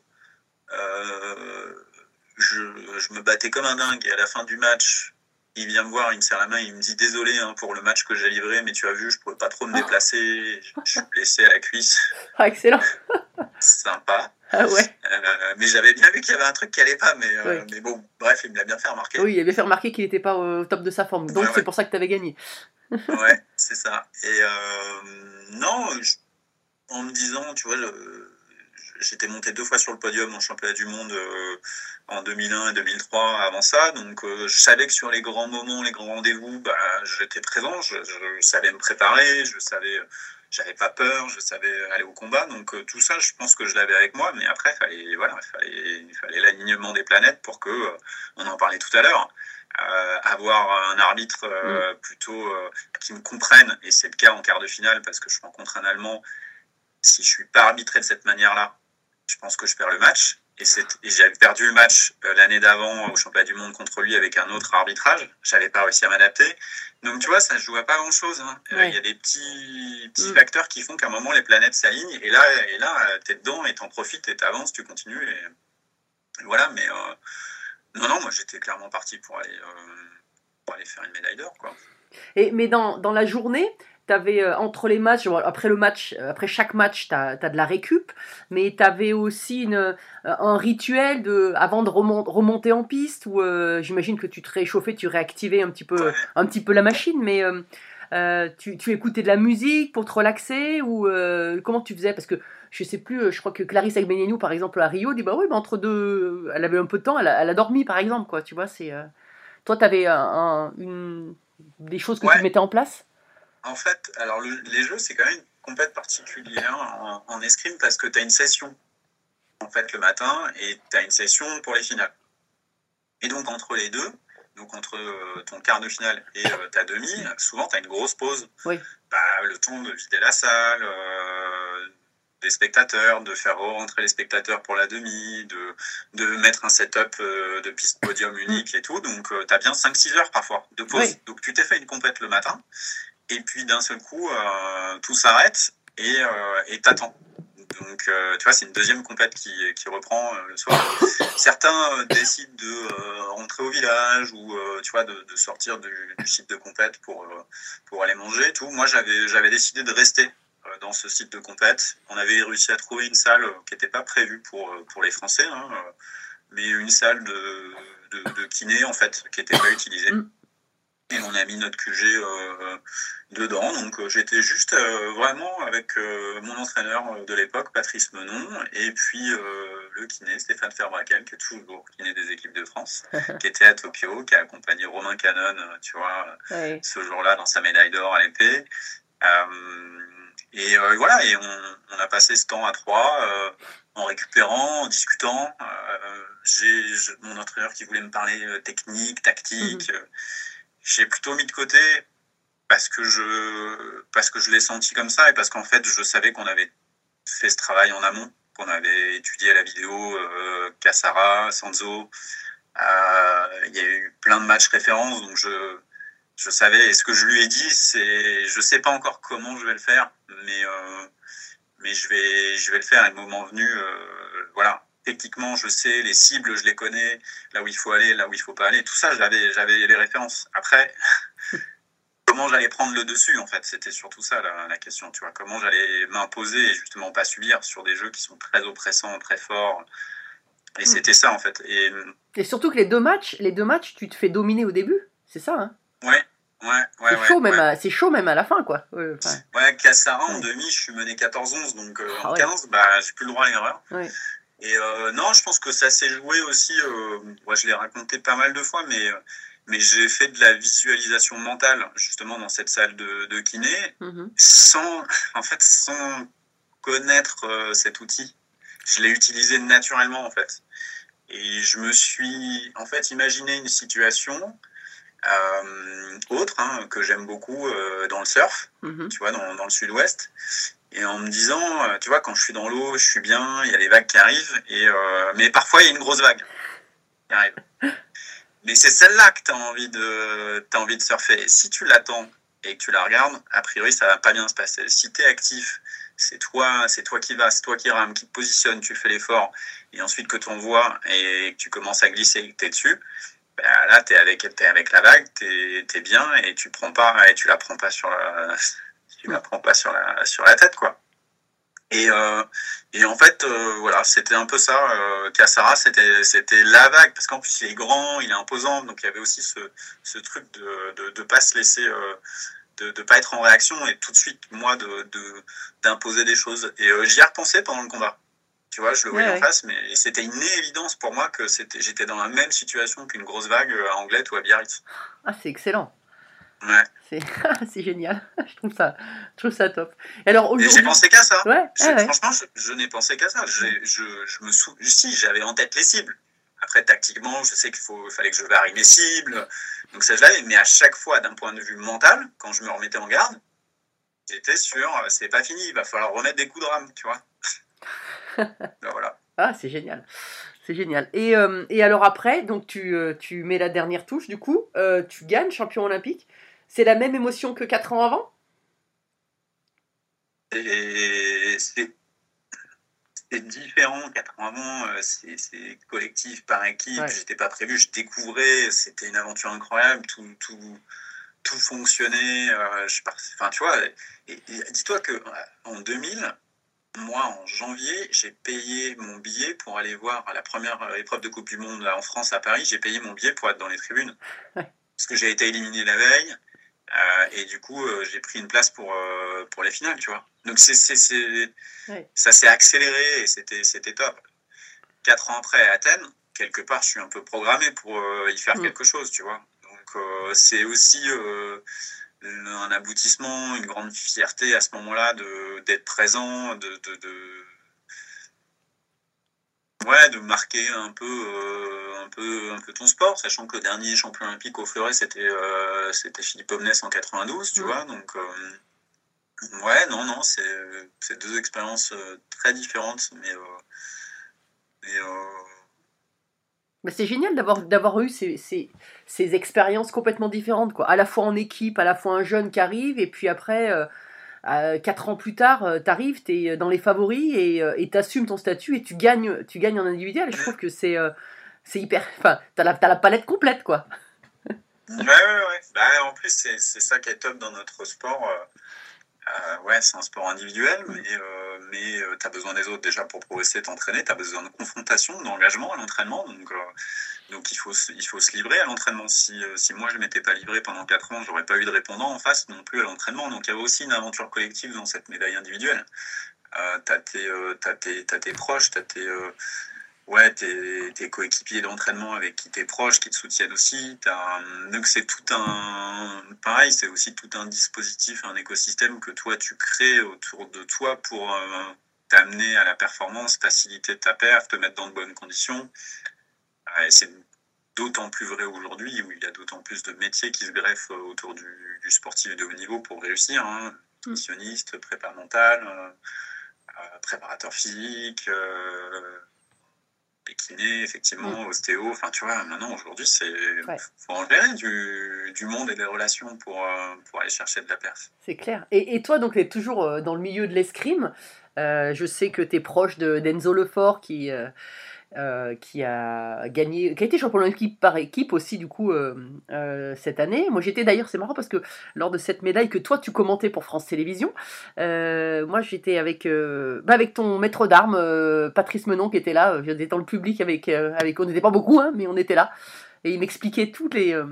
[SPEAKER 6] Je me battais comme un dingue, et à la fin du match, il vient me voir, il me serre la main, il me dit désolé pour le match que j'ai livré, mais tu as vu, je ne pouvais pas trop me déplacer, je suis blessé à la cuisse.
[SPEAKER 7] Ah, excellent.
[SPEAKER 6] Sympa.
[SPEAKER 7] Ah ouais.
[SPEAKER 6] Mais j'avais bien vu qu'il y avait un truc qui n'allait pas, mais bon, bref, il me l'a bien fait remarquer.
[SPEAKER 7] Oui, il a bien fait remarquer qu'il n'était pas au top de sa forme, donc c'est pour ça que tu avais gagné.
[SPEAKER 6] Ouais, c'est ça. Et non, en me disant, tu vois, j'étais monté 2 fois sur le podium en championnat du monde en 2001 et 2003 avant ça, donc je savais que sur les grands moments, les grands rendez-vous, j'étais présent, je savais me préparer, j'avais pas peur, je savais aller au combat, donc tout ça, je pense que je l'avais avec moi, mais après, il fallait l'alignement des planètes pour que, on en parlait tout à l'heure, avoir un arbitre plutôt qui me comprenne, et c'est le cas en quart de finale, parce que je rencontre un Allemand. Si je ne suis pas arbitré de cette manière-là, je pense que je perds le match. Et j'avais perdu le match l'année d'avant au championnat du monde contre lui avec un autre arbitrage. Je n'avais pas réussi à m'adapter. Donc, tu vois, ça ne joue à pas grand-chose. Il y a des petits facteurs qui font qu'à un moment, les planètes s'alignent. Et là tu es dedans et tu en profites et tu avances, tu continues. Et voilà, mais non, moi, j'étais clairement parti pour aller faire une médaille d'or, quoi.
[SPEAKER 7] Mais dans la journée, t'avais entre les matchs, après chaque match, t'as de la récup, mais t'avais aussi un rituel avant de remonter en piste, où j'imagine que tu te réchauffais, tu réactivais un petit peu la machine, mais Tu écoutais de la musique pour te relaxer ou comment tu faisais? Parce que je sais plus, je crois que Clarisse Agbenienou, par exemple, à Rio, dit bah oui, bah entre deux, elle avait un peu de temps, elle a dormi, par exemple, quoi. Tu vois, c'est toi, t'avais des choses que tu
[SPEAKER 6] Ouais,
[SPEAKER 7] mettais en place?
[SPEAKER 6] en fait, alors les jeux, c'est quand même une compète particulière en escrime parce que tu as une session en fait le matin et tu as une session pour les finales. Et donc entre les deux, donc entre ton quart de finale et ta demi, souvent tu as une grosse pause.
[SPEAKER 7] Oui.
[SPEAKER 6] Bah, le temps de vider la salle, des spectateurs, de faire rentrer les spectateurs pour la demi, de mettre un setup de piste podium unique et tout. Donc tu as bien 5-6 heures parfois de pause.
[SPEAKER 7] Oui.
[SPEAKER 6] Donc tu t'es fait une compète le matin et puis d'un seul coup tout s'arrête et t'attends. Donc, tu vois, c'est une deuxième compète qui reprend le soir. Certains décident de rentrer au village ou, tu vois, de sortir du site de compète pour aller manger et tout. Moi, j'avais décidé de rester dans ce site de compète. On avait réussi à trouver une salle qui n'était pas prévue pour les Français, hein, mais une salle de kiné, en fait, qui n'était pas utilisée. Et on a mis notre QG dedans. Donc j'étais juste vraiment avec mon entraîneur de l'époque, Patrice Menon, et puis le kiné Stéphane Ferbraquel, qui est toujours kiné des équipes de France, qui était à Tokyo, qui a accompagné Romain Canon, tu vois, ce jour-là dans sa médaille d'or à l'épée. Et voilà, et on a passé ce temps à trois en récupérant, en discutant. J'ai mon entraîneur qui voulait me parler technique, tactique. J'ai plutôt mis de côté parce que je l'ai senti comme ça et parce qu'en fait, je savais qu'on avait fait ce travail en amont, qu'on avait étudié à la vidéo Cassara, Sanzo. Il y a eu plein de matchs références, donc je savais. Et ce que je lui ai dit, c'est, je sais pas encore comment je vais le faire, mais je vais le faire à le moment venu. Voilà. Techniquement, je sais, les cibles, je les connais, là où il faut aller, là où il faut pas aller. Tout ça, j'avais les références. Après, comment j'allais prendre le dessus, en fait, c'était surtout ça la question, tu vois. Comment j'allais m'imposer et justement pas subir sur des jeux qui sont très oppressants, très forts. Et c'était ça, en fait.
[SPEAKER 7] Et surtout que les deux matchs, tu te fais dominer au début, c'est ça, hein?
[SPEAKER 6] Ouais.
[SPEAKER 7] C'est chaud même à la fin, quoi.
[SPEAKER 6] Ouais, Cassara, en demi, je suis mené 14-11, donc en 15, j'ai plus le droit à l'erreur.
[SPEAKER 7] Ouais.
[SPEAKER 6] Et non, je pense que ça s'est joué aussi, moi je l'ai raconté pas mal de fois, mais j'ai fait de la visualisation mentale, justement, dans cette salle de kiné, sans connaître cet outil. Je l'ai utilisé naturellement, en fait. Et je me suis, en fait, imaginé une situation autre, hein, que j'aime beaucoup dans le surf, tu vois, dans le sud-ouest. Et en me disant, tu vois, quand je suis dans l'eau, je suis bien, il y a les vagues qui arrivent, mais parfois il y a une grosse vague qui arrive. Mais c'est celle-là que tu as envie de surfer. Et si tu l'attends et que tu la regardes, a priori, ça va pas bien se passer. Si tu es actif, c'est toi qui vas, c'est toi qui rame, qui te positionne, tu fais l'effort, et ensuite que tu envoies et que tu commences à glisser et que tu es dessus, là, t'es avec la vague, t'es bien, et tu la prends pas sur la tête, quoi. Et en fait, voilà, c'était un peu ça. Cassara, c'était la vague, parce qu'en plus il est grand, il est imposant, donc il y avait aussi ce truc de pas se laisser, de pas être en réaction et tout de suite moi d'imposer des choses. Et j'y ai repensé pendant le combat. Tu vois, je le voyais en face, mais c'était une évidence pour moi que j'étais dans la même situation qu'une grosse vague à Anglet ou à Biarritz.
[SPEAKER 7] Ah, c'est excellent.
[SPEAKER 6] Ouais.
[SPEAKER 7] C'est génial. Je trouve ça top. Et alors,
[SPEAKER 6] j'ai pensé qu'à ça.
[SPEAKER 7] Ouais.
[SPEAKER 6] Franchement, je n'ai pensé qu'à ça. Si, j'avais en tête les cibles. Après, tactiquement, je sais fallait que je varie mes cibles. Donc ça, je l'avais. Mais à chaque fois, d'un point de vue mental, quand je me remettais en garde, j'étais sûr, c'est pas fini. Il va falloir remettre des coups de rame, tu vois. Ben voilà.
[SPEAKER 7] Ah, c'est génial. C'est génial. Et alors après, donc tu mets la dernière touche, du coup, tu gagnes champion olympique. C'est la même émotion que 4 ans avant?
[SPEAKER 6] C'est différent. 4 ans avant, c'est collectif, par équipe. Ouais. J'étais pas prévu, je découvrais. C'était une aventure incroyable. Tout fonctionnait. Enfin, tu vois. Et dis-toi qu'en 2000, moi, en janvier, j'ai payé mon billet pour aller voir la première épreuve de Coupe du Monde en France, à Paris. J'ai payé mon billet pour être dans les tribunes. Ouais. Parce que j'ai été éliminé la veille. Et du coup, j'ai pris une place pour les finales, tu vois. Donc ça s'est accéléré et c'était top. 4 ans après à Athènes, quelque part, je suis un peu programmé pour y faire quelque chose, tu vois. Donc c'est aussi un aboutissement, une grande fierté à ce moment-là d'être présent, de marquer un peu ton sport, sachant que le dernier champion olympique au fleuret c'était Philippe Omnès en 92, tu vois. Donc non, c'est deux expériences très différentes, mais
[SPEAKER 7] c'est génial d'avoir eu ces expériences complètement différentes, quoi. À la fois en équipe, à la fois un jeune qui arrive, et puis après, 4 ans plus tard, t'arrives, t'es dans les favoris et t'assumes ton statut et tu gagnes en individuel. Je trouve que c'est hyper. Enfin, t'as la palette complète, quoi.
[SPEAKER 6] Ouais. Bah, en plus, c'est ça qui est top dans notre sport. C'est un sport individuel, mais tu as besoin des autres déjà pour progresser, t'entraîner, tu as besoin de confrontation, d'engagement à l'entraînement, donc il faut se livrer à l'entraînement. Si moi je m'étais pas livré pendant 4 ans, j'aurais pas eu de répondant en face non plus à l'entraînement, donc il y avait aussi une aventure collective dans cette médaille individuelle. T'as tes proches, t'as tes coéquipiers d'entraînement avec qui t'es proche, qui te soutiennent aussi. Donc c'est pareil, c'est aussi tout un dispositif, un écosystème que toi tu crées autour de toi pour t'amener à la performance, faciliter ta perf, te mettre dans de bonnes conditions. Et c'est d'autant plus vrai aujourd'hui où il y a d'autant plus de métiers qui se greffent autour du sportif de haut niveau pour réussir. Nutritionniste, prépa mental, préparateur physique, kiné, effectivement, ostéo. Enfin, tu vois, maintenant, aujourd'hui, faut en gérer du monde et des relations pour aller chercher de la perf.
[SPEAKER 7] C'est clair. Et toi, donc, tu es toujours dans le milieu de l'escrime. Je sais que tu es proche d'Enzo Lefort qui a gagné, qui a été champion olympique par équipe aussi du coup cette année. Moi j'étais d'ailleurs, c'est marrant parce que lors de cette médaille que toi tu commentais pour France Télévisions, moi j'étais avec ton maître d'armes Patrice Menon qui était là. J'étais dans le public avec on n'était pas beaucoup mais on était là et il m'expliquait toutes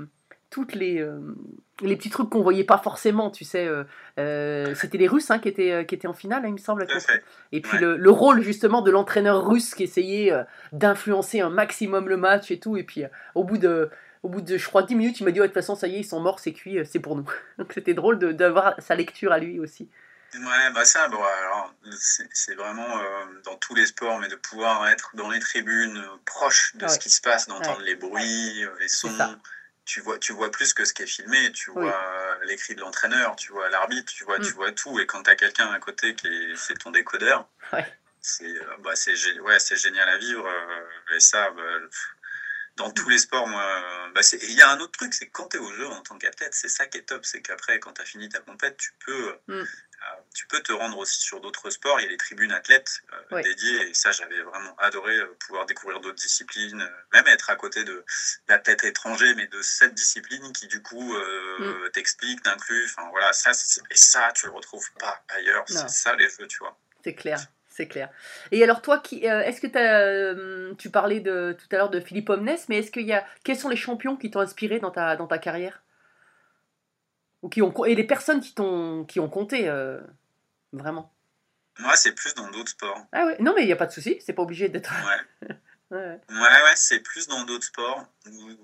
[SPEAKER 7] les petits trucs qu'on voyait pas forcément, tu sais. C'était les Russes qui étaient en finale, il me semble. Et puis le rôle justement de l'entraîneur russe qui essayait d'influencer un maximum le match et tout. Et puis au bout de je crois 10 minutes, il m'a dit de toute façon ça y est, ils sont morts, c'est cuit, c'est pour nous. Donc c'était drôle d'avoir sa lecture à lui aussi.
[SPEAKER 6] Ouais, alors c'est vraiment dans tous les sports, mais de pouvoir être dans les tribunes, proche de ce qui se passe, d'entendre les bruits, les sons. Tu vois plus que ce qui est filmé, tu vois les cris de l'entraîneur, tu vois l'arbitre, tu vois tout. Et quand tu as quelqu'un à côté c'est ton décodeur, c'est génial à vivre. Et ça, dans tous les sports, moi, il y a un autre truc, c'est que quand tu es au jeu en tant qu'athlète, c'est ça qui est top, c'est qu'après, quand tu as fini ta compète, tu peux te rendre aussi sur d'autres sports. Il y a les tribunes athlètes dédiées, et ça j'avais vraiment adoré pouvoir découvrir d'autres disciplines, même être à côté d'athlètes étrangers, mais de cette discipline qui du coup t'explique, t'inclut, enfin voilà, et ça tu le retrouves pas ailleurs. C'est ça les jeux, tu vois.
[SPEAKER 7] C'est clair. C'est clair. Et alors toi, est-ce que tu parlais tout à l'heure de Philippe Omnès, mais quels sont les champions qui t'ont inspiré dans ta carrière ? Et les personnes qui ont compté, vraiment.
[SPEAKER 6] Moi, c'est plus dans d'autres sports.
[SPEAKER 7] Ah ouais, non mais il n'y a pas de souci, c'est pas obligé d'être...
[SPEAKER 6] Ouais, c'est plus dans d'autres sports où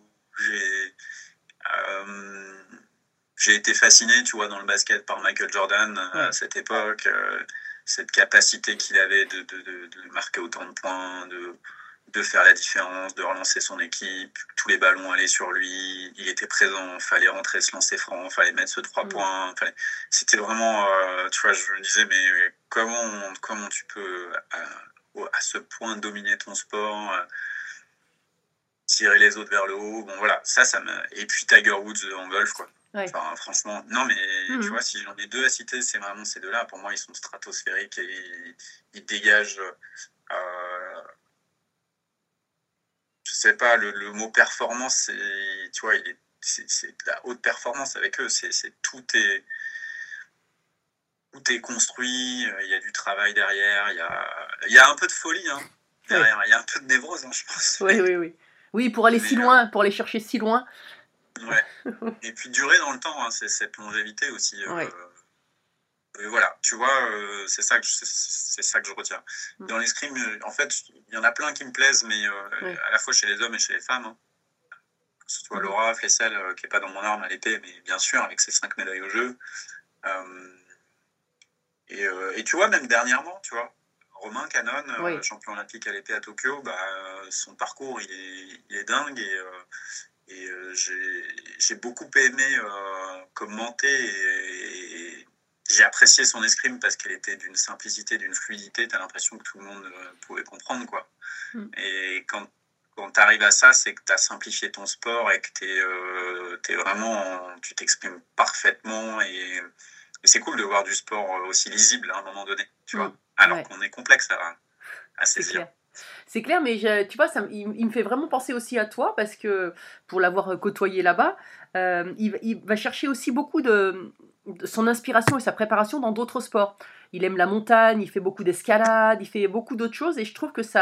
[SPEAKER 6] j'ai été fasciné, tu vois, dans le basket par Michael Jordan à cette époque. Cette capacité qu'il avait de marquer autant de points, de faire la différence, de relancer son équipe, tous les ballons allaient sur lui, il était présent, fallait rentrer ce lancer franc, fallait mettre ce 3 points, c'était vraiment, tu vois, je me disais, mais comment tu peux à ce point dominer ton sport, tirer les autres vers le haut, bon voilà, ça et puis Tiger Woods en golf, quoi. Enfin, franchement, non mais tu vois, si j'en ai 2 à citer, c'est vraiment ces 2-là. Pour moi, ils sont stratosphériques et ils dégagent. Je sais pas, le mot performance, tu vois, c'est de la haute performance avec eux. Tout est construit. Il y a du travail derrière. Il y a un peu de folie derrière. Il y a un peu de névrose, je pense.
[SPEAKER 7] Oui, pour aller si loin, pour aller chercher si loin.
[SPEAKER 6] Ouais. Et puis durer dans le temps, c'est cette longévité aussi. Et voilà, tu vois, c'est ça que je retiens. Dans l'escrime, en fait, il y en a plein qui me plaisent, mais à la fois chez les hommes et chez les femmes. Que ce soit Laura Flessel, qui n'est pas dans mon arme à l'épée, mais bien sûr, avec ses 5 médailles au jeu. Et tu vois, même dernièrement, tu vois, Romain Canon, champion olympique à l'épée à Tokyo, son parcours, il est dingue. Et j'ai beaucoup aimé commenter et j'ai apprécié son escrime parce qu'elle était d'une simplicité, d'une fluidité. Tu as l'impression que tout le monde pouvait comprendre, quoi. Et quand tu arrives à ça, c'est que tu as simplifié ton sport et que tu t'exprimes parfaitement. Et c'est cool de voir du sport aussi lisible à un moment donné, tu vois, alors qu'on est complexe à saisir.
[SPEAKER 7] C'est clair, mais tu vois, il me fait vraiment penser aussi à toi, parce que pour l'avoir côtoyé là-bas, il va chercher aussi beaucoup de son inspiration et sa préparation dans d'autres sports. Il aime la montagne, il fait beaucoup d'escalade, il fait beaucoup d'autres choses, et je trouve que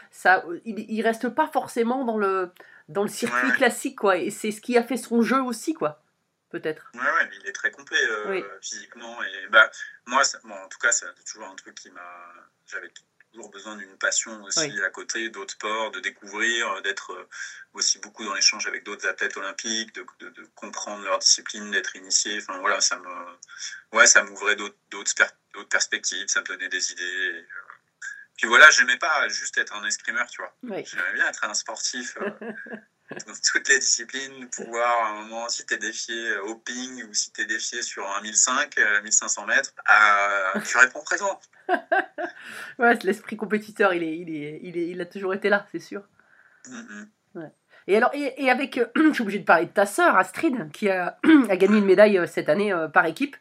[SPEAKER 7] il reste pas forcément dans le circuit classique, quoi. Et c'est ce qui a fait son jeu aussi, quoi. Peut-être.
[SPEAKER 6] Ouais, il est très complet physiquement. Et moi, en tout cas, c'est toujours un truc j'avais toujours besoin d'une passion aussi à côté, d'autres sports, de découvrir, d'être aussi beaucoup dans l'échange avec d'autres athlètes olympiques, de comprendre leur discipline, d'être initié. Enfin voilà, ça m'ouvrait d'autres perspectives, ça me donnait des idées. Puis voilà, j'aimais pas juste être un escrimeur, tu vois. J'aimais bien être un sportif dans toutes les disciplines, pouvoir à un moment, si t'es défié au ping ou si t'es défié sur un 1500 mètres, tu réponds présent.
[SPEAKER 7] L'esprit compétiteur, il a toujours été là, c'est sûr. Et alors, et avec, je suis obligée de parler de ta sœur Astrid, qui a gagné une médaille cette année par équipe.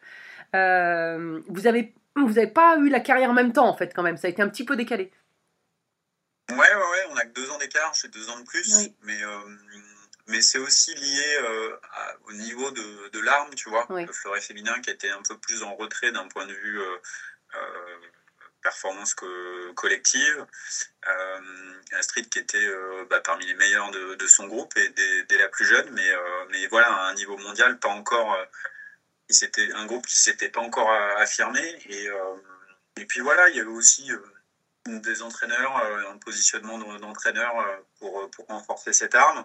[SPEAKER 7] Vous avez pas eu la carrière en même temps, en fait, quand même. Ça a été un petit peu décalé.
[SPEAKER 6] Ouais, on a que 2 ans d'écart, j'ai 2 ans de plus, mais c'est aussi lié au niveau de l'arme, tu vois, le fleuret féminin qui était un peu plus en retrait d'un point de vue performance collective. Astrid qui était parmi les meilleurs de son groupe et dès la plus jeune, mais voilà, à un niveau mondial, pas encore. C'était un groupe qui s'était pas encore affirmé, et puis voilà, il y avait aussi des entraîneurs, un positionnement d'entraîneur pour renforcer cette arme,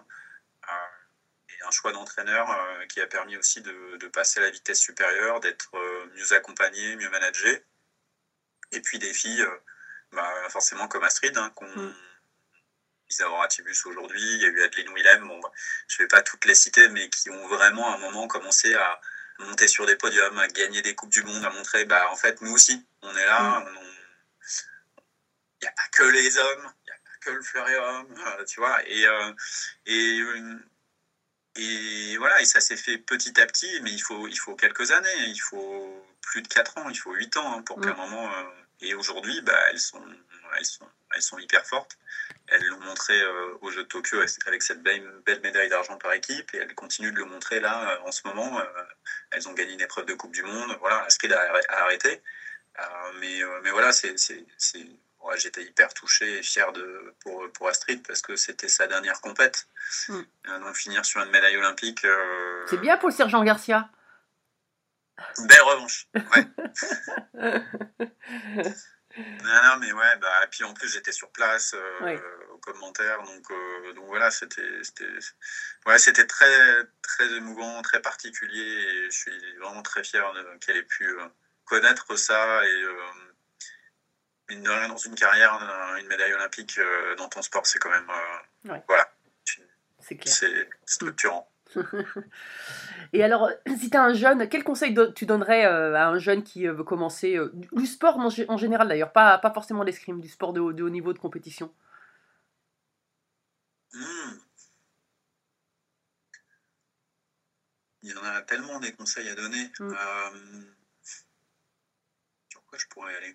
[SPEAKER 6] et un choix d'entraîneur qui a permis aussi de passer à la vitesse supérieure, d'être mieux accompagné, mieux managé. Et puis des filles, forcément comme Astrid, Isa Horatibus aujourd'hui, il y a eu Adeline Willem, je ne vais pas toutes les citer, mais qui ont vraiment à un moment commencé à monter sur des podiums, à gagner des Coupes du Monde, à montrer, en fait, nous aussi, on est là, il n'y a pas que les hommes, il n'y a pas que le fleuret-homme, tu vois, et voilà, et ça s'est fait petit à petit, mais il faut quelques années, il faut plus de 4 ans, il faut 8 ans pour qu'à un moment, et aujourd'hui, elles sont hyper fortes. Elles l'ont montré aux Jeux de Tokyo avec cette belle médaille d'argent par équipe, et elles continuent de le montrer là en ce moment. Elles ont gagné une épreuve de Coupe du Monde. Voilà, Astrid a arrêté. Mais voilà, j'étais hyper touché et fier pour Astrid parce que c'était sa dernière compète. Donc finir sur une médaille olympique.
[SPEAKER 7] C'est bien pour le sergent Garcia.
[SPEAKER 6] Belle revanche. Ouais. Non, mais ouais, puis en plus j'étais sur place aux commentaires, donc voilà, c'était très, très émouvant, très particulier, et je suis vraiment très fier qu'elle ait pu connaître ça, et mine de rien, dans une carrière, une médaille olympique dans ton sport, c'est quand même voilà,
[SPEAKER 7] c'est clair.
[SPEAKER 6] C'est structurant.
[SPEAKER 7] Et alors, si tu as un jeune, quel conseil tu donnerais à un jeune qui veut commencer du sport en général d'ailleurs, pas forcément l'escrime, du sport de haut niveau de compétition?
[SPEAKER 6] Il y en a tellement des conseils à donner. Sur quoi je pourrais aller?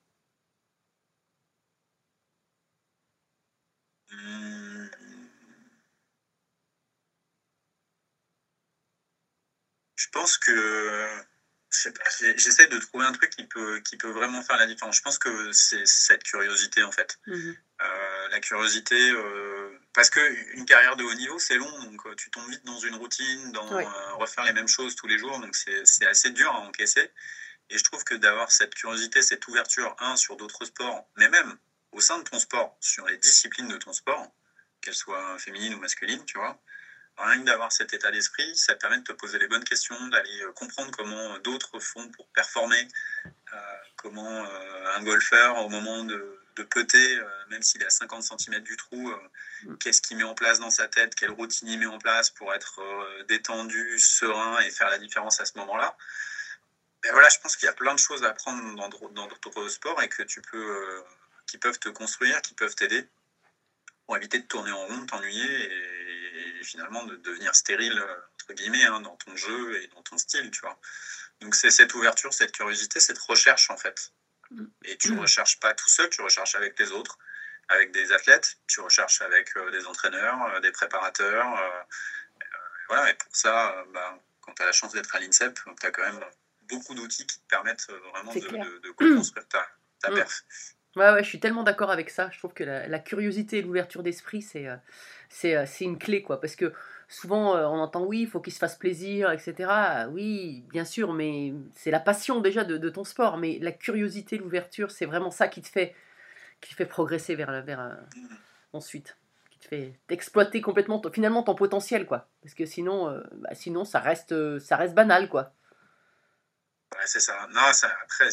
[SPEAKER 6] Je pense que j'essaie de trouver un truc qui peut vraiment faire la différence. Je pense que c'est cette curiosité en fait. La curiosité Parce qu'une carrière de haut niveau, c'est long, donc tu tombes vite dans une routine, dans refaire les mêmes choses tous les jours, donc c'est assez dur à encaisser. Et je trouve que d'avoir cette curiosité, cette ouverture, sur d'autres sports, mais même au sein de ton sport, sur les disciplines de ton sport, qu'elles soient féminines ou masculines, tu vois, rien que d'avoir cet état d'esprit, ça te permet de te poser les bonnes questions, d'aller comprendre comment d'autres font pour performer, comment un golfeur, au moment de putter, même s'il est à 50 cm du trou, qu'est-ce qu'il met en place dans sa tête, quelle routine il met en place pour être détendu, serein et faire la différence à ce moment-là. Et voilà, je pense qu'il y a plein de choses à apprendre dans d'autres sports et que qui peuvent te construire, qui peuvent t'aider pour éviter de tourner en rond, de t'ennuyer et finalement de devenir stérile, entre guillemets, dans ton jeu et dans ton style, tu vois. Donc c'est cette ouverture, cette curiosité, cette recherche en fait. Et tu ne recherches pas tout seul, tu recherches avec les autres, avec des athlètes, tu recherches avec des entraîneurs, des préparateurs. Voilà, et pour ça, quand tu as la chance d'être à l'INSEP, tu as quand même beaucoup d'outils qui te permettent vraiment de construire ta perf.
[SPEAKER 7] Ouais, je suis tellement d'accord avec ça. Je trouve que la curiosité et l'ouverture d'esprit, c'est une clé, quoi. Parce que souvent, on entend, oui, il faut qu'il se fasse plaisir, etc. Oui, bien sûr, mais c'est la passion déjà de ton sport. Mais la curiosité, l'ouverture, c'est vraiment ça qui te fait progresser vers ensuite. Qui te fait exploiter complètement, finalement, ton potentiel, quoi. Parce que sinon, ça reste banal, quoi.
[SPEAKER 6] Ouais, c'est ça. Non, après,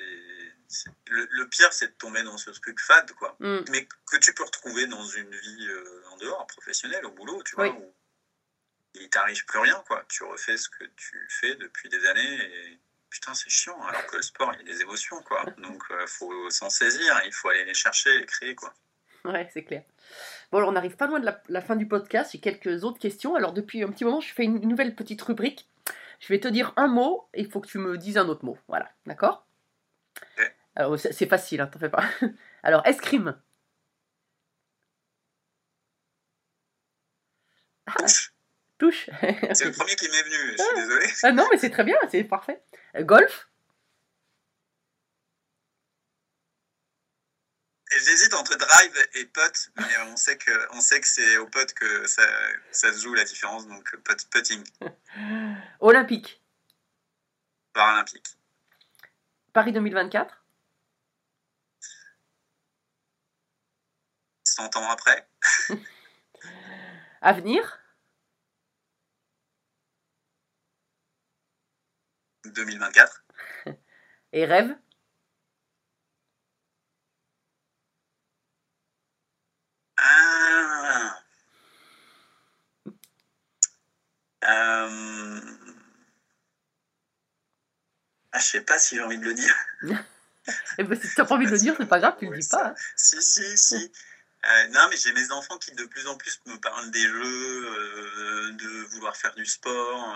[SPEAKER 6] le pire, c'est de tomber dans ce truc fade, quoi. Mais que tu peux retrouver dans une vie en dehors, professionnelle, au boulot, tu vois, où il t'arrive plus rien, quoi. Tu refais ce que tu fais depuis des années et putain, c'est chiant. Alors que le sport, il y a des émotions, quoi. Donc, faut s'en saisir, il faut aller les chercher, les créer, quoi.
[SPEAKER 7] Ouais, c'est clair. Bon, alors on n'arrive pas loin de la fin du podcast. J'ai quelques autres questions. Alors, depuis un petit moment, je fais une nouvelle petite rubrique. Je vais te dire un mot et il faut que tu me dises un autre mot. Voilà, d'accord ?
[SPEAKER 6] Okay.
[SPEAKER 7] Alors, c'est facile, t'en fais pas. Alors, escrime. Touche.
[SPEAKER 6] C'est le premier qui m'est venu, je suis désolé.
[SPEAKER 7] Non, mais c'est très bien, c'est parfait. Golf.
[SPEAKER 6] Et j'hésite entre drive et putt, mais on sait que c'est au putt que ça se joue la différence, donc putting.
[SPEAKER 7] Olympique.
[SPEAKER 6] Paralympique.
[SPEAKER 7] Paris 2024.
[SPEAKER 6] 100 ans après.
[SPEAKER 7] Avenir.
[SPEAKER 6] 2024.
[SPEAKER 7] Et rêve.
[SPEAKER 6] Je sais pas si j'ai envie de le dire.
[SPEAKER 7] Et ben, si tu n'as pas envie de le dire, c'est pas grave, tu le dis pas. Hein.
[SPEAKER 6] Si. Non, mais j'ai mes enfants qui de plus en plus me parlent des jeux, de vouloir faire du sport.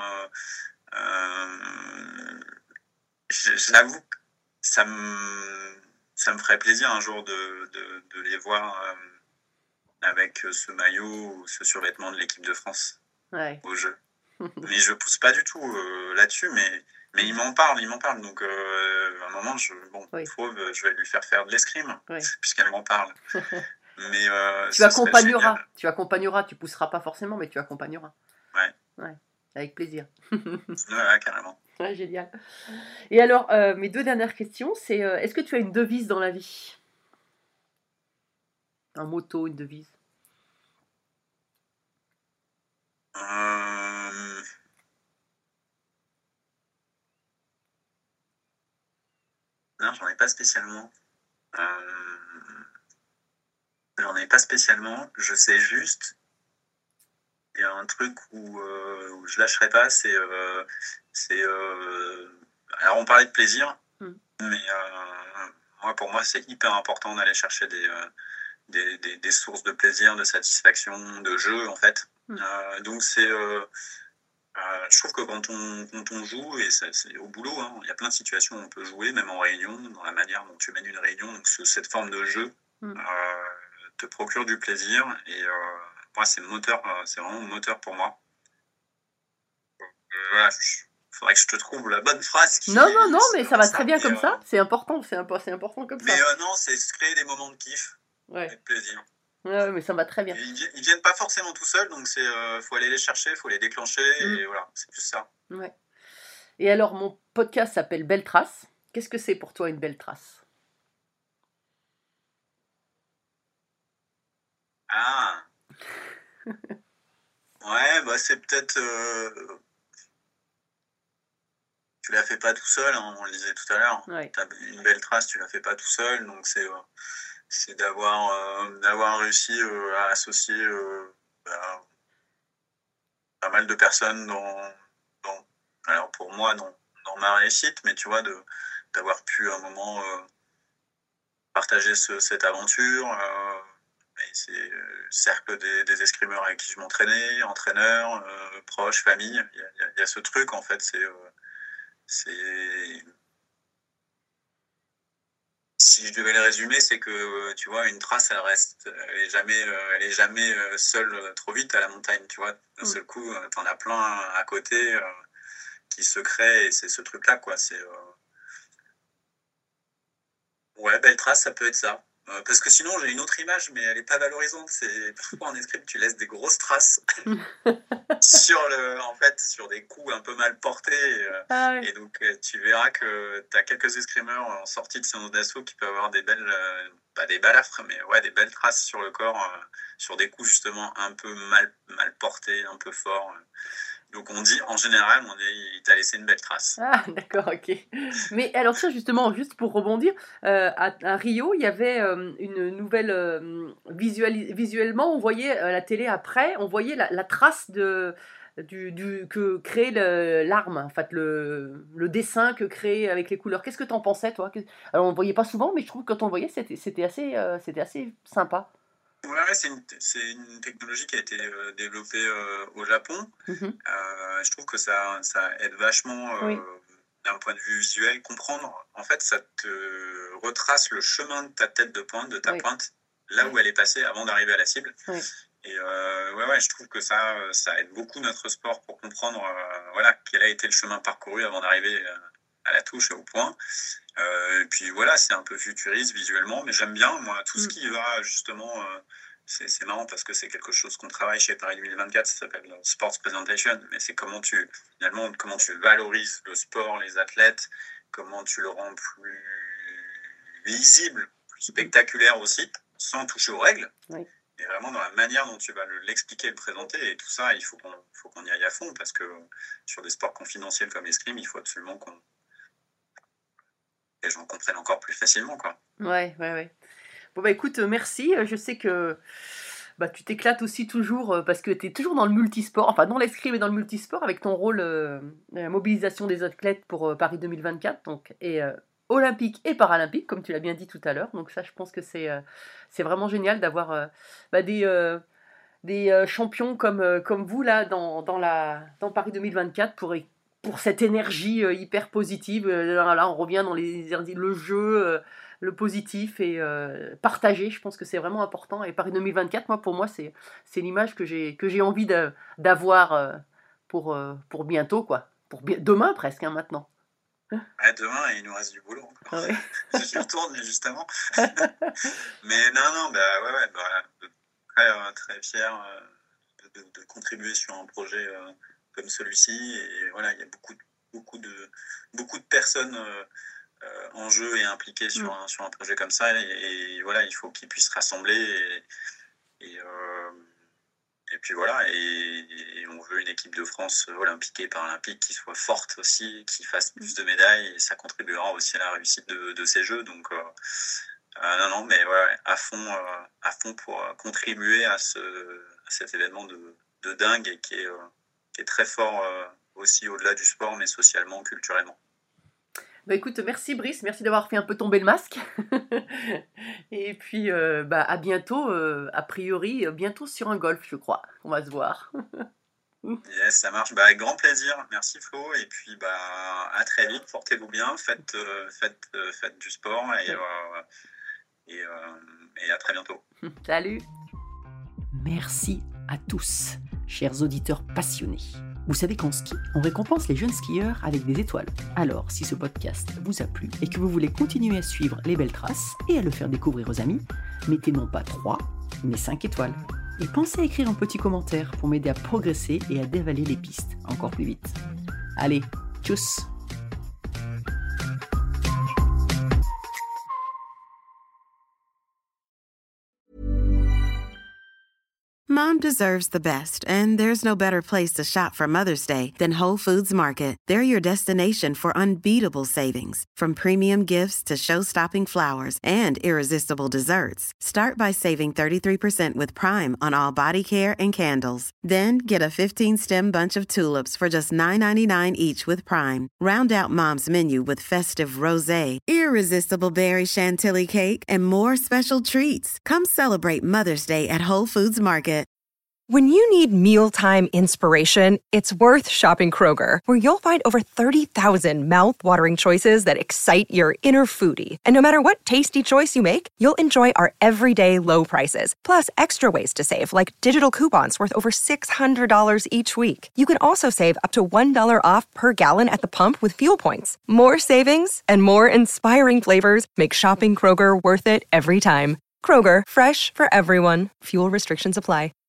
[SPEAKER 6] J'avoue que ça me ferait plaisir un jour de les voir avec ce maillot ou ce survêtement de l'équipe de France au jeu. Mais je pousse pas du tout là-dessus, mais il m'en parle. Donc, à un moment, je vais lui faire de l'escrime, puisqu'elle m'en parle. Mais
[SPEAKER 7] tu accompagneras. Tu pousseras pas forcément, mais tu accompagneras. Ouais, avec plaisir.
[SPEAKER 6] Ouais, carrément.
[SPEAKER 7] Ouais, génial. Et alors, mes deux dernières questions, c'est est-ce que tu as une devise dans la vie ? Un motto, une devise ?
[SPEAKER 6] Non, j'en ai pas spécialement. Je sais juste, il y a un truc où je lâcherai pas, c'est alors on parlait de plaisir, mais pour moi c'est hyper important d'aller chercher des sources de plaisir, de satisfaction, de jeu en fait. Donc c'est je trouve que quand on joue, et c'est au boulot, il y a plein de situations où on peut jouer, même en réunion, dans la manière dont tu mènes une réunion. Donc cette forme de jeu te procure du plaisir. Et moi, c'est vraiment moteur pour moi. Voilà, il faudrait que je te trouve la bonne phrase.
[SPEAKER 7] Non, mais ça va très bien comme ça. C'est important comme ça.
[SPEAKER 6] Mais non, c'est créer des moments de kiff, et de plaisir.
[SPEAKER 7] Ouais, mais ça me va très bien.
[SPEAKER 6] Ils viennent pas forcément tout seuls, donc faut aller les chercher, faut les déclencher, et voilà, c'est plus ça.
[SPEAKER 7] Ouais. Et alors, mon podcast s'appelle Belle Trace. Qu'est-ce que c'est pour toi une belle trace?
[SPEAKER 6] Ah. Ouais, bah c'est peut-être... tu la fais pas tout seul, hein, on le disait tout à l'heure.
[SPEAKER 7] Ouais.
[SPEAKER 6] Une belle trace, tu la fais pas tout seul, donc c'est d'avoir réussi à associer pas mal de personnes alors pour moi, dans ma réussite, mais tu vois, d'avoir pu à un moment partager cette aventure. Et c'est le cercle des escrimeurs avec qui je m'entraînais, entraîneurs, proches, famille. Il y a ce truc, en fait, si je devais le résumer, c'est que, tu vois, une trace, elle est jamais seule trop vite à la montagne, tu vois. D'un seul coup, t'en as plein à côté qui se créent, et c'est ce truc-là, quoi. Ouais, belle trace, ça peut être ça. Parce que sinon, j'ai une autre image, mais elle n'est pas valorisante. C'est parfois en escrime, tu laisses des grosses traces sur des coups un peu mal portés.
[SPEAKER 7] Ouais.
[SPEAKER 6] Et donc, tu verras que tu as quelques escrimeurs en sortie de séance d'assaut qui peuvent avoir des belles, pas des balafres, mais ouais, des belles traces sur le corps, sur des coups justement un peu mal portés, un peu forts. Donc en général, il t'a laissé une belle trace.
[SPEAKER 7] Ah, d'accord, ok. Mais alors ça, justement, juste pour rebondir, à Rio, il y avait une nouvelle... visuellement, on voyait la télé après, on voyait la trace que crée l'arme, en fait, le dessin que crée avec les couleurs. Qu'est-ce que tu en pensais, toi? Alors, on ne voyait pas souvent, mais je trouve que quand on le voyait, c'était assez sympa.
[SPEAKER 6] Ouais, c'est une technologie qui a été développée au Japon. Je trouve que ça aide vachement
[SPEAKER 7] Oui.
[SPEAKER 6] d'un point de vue visuel, comprendre. En fait, ça te retrace le chemin de ta tête de pointe, de ta
[SPEAKER 7] Oui.
[SPEAKER 6] pointe, là où elle est passée avant d'arriver à la cible.
[SPEAKER 7] Oui.
[SPEAKER 6] Et ouais, je trouve que ça aide beaucoup notre sport pour comprendre voilà, quel a été le chemin parcouru avant d'arriver à la touche et au point. Et puis voilà, c'est un peu futuriste visuellement, mais j'aime bien, moi, tout ce qui va justement... c'est marrant parce que c'est quelque chose qu'on travaille chez Paris 2024, ça s'appelle Sports Presentation, mais c'est comment tu valorises le sport, les athlètes, comment tu le rends plus visible, plus spectaculaire aussi, sans toucher aux règles.
[SPEAKER 7] Oui.
[SPEAKER 6] Et vraiment dans la manière dont tu vas l'expliquer, le présenter, et tout ça, il faut qu'on y aille à fond, parce que sur des sports confidentiels comme l'escrime, il faut absolument que les gens comprennent encore plus facilement, quoi.
[SPEAKER 7] Ouais. Bon, bah écoute, merci. Je sais que tu t'éclates aussi toujours parce que tu es toujours dans le multisport, enfin dans l'escrime et dans le multisport avec ton rôle mobilisation des athlètes pour Paris 2024, donc, et olympique et paralympique, comme tu l'as bien dit tout à l'heure. Donc ça, je pense que c'est vraiment génial d'avoir des champions comme vous là dans Paris 2024 pour cette énergie hyper positive. Là, on revient dans le jeu, le positif et partager. Je pense que c'est vraiment important. Et Paris 2024, pour moi, c'est l'image que j'ai envie d'avoir pour bientôt, quoi. Demain presque, hein, maintenant.
[SPEAKER 6] Demain, il nous reste du boulot encore.
[SPEAKER 7] Ah ouais.
[SPEAKER 6] Je retourne justement. Mais non, très fier de contribuer sur un projet comme celui-ci. Et voilà, il y a beaucoup de personnes en jeu et impliquées sur un projet comme ça. Et voilà, il faut qu'ils puissent rassembler. Et puis voilà, et on veut une équipe de France olympique et paralympique qui soit forte aussi, qui fasse plus de médailles, et ça contribuera aussi à la réussite de ces Jeux. Donc non, mais ouais, à fond pour contribuer à cet événement de dingue, et qui est très fort aussi au-delà du sport, mais socialement, culturellement.
[SPEAKER 7] Bah écoute, merci Brice, merci d'avoir fait un peu tomber le masque. Et puis à bientôt, a priori, bientôt sur un golf, je crois. On va se voir.
[SPEAKER 6] Yes, ça marche. Avec grand plaisir. Merci Flo. Et puis à très vite. Portez-vous bien. Faites du sport et à très bientôt.
[SPEAKER 7] Salut. Merci à tous, chers auditeurs passionnés.
[SPEAKER 5] Vous savez qu'en ski, on récompense les jeunes skieurs avec des étoiles. Alors, si ce podcast vous a plu et que vous voulez continuer à suivre les belles traces et à le faire découvrir aux amis, mettez non pas 3, mais 5 étoiles. Et pensez à écrire un petit commentaire pour m'aider à progresser et à dévaler les pistes encore plus vite. Allez, tchuss!
[SPEAKER 4] Mom deserves the best, and there's no better place to shop for Mother's Day than Whole Foods Market. They're your destination for unbeatable savings, from premium gifts to show-stopping flowers and irresistible desserts. Start by saving 33% with Prime on all body care and candles. Then get a 15-stem bunch of tulips for just $9.99 each with Prime. Round out Mom's menu with festive rosé, irresistible berry chantilly cake, and more special treats. Come celebrate Mother's Day at Whole Foods Market.
[SPEAKER 8] When you need mealtime inspiration, it's worth shopping Kroger, where you'll find over 30,000 mouth-watering choices that excite your inner foodie. And no matter what tasty choice you make, you'll enjoy our everyday low prices, plus extra ways to save, like digital coupons worth over $600 each week. You can also save up to $1 off per gallon at the pump with fuel points. More savings and more inspiring flavors make shopping Kroger worth it every time. Kroger, fresh for everyone. Fuel restrictions apply.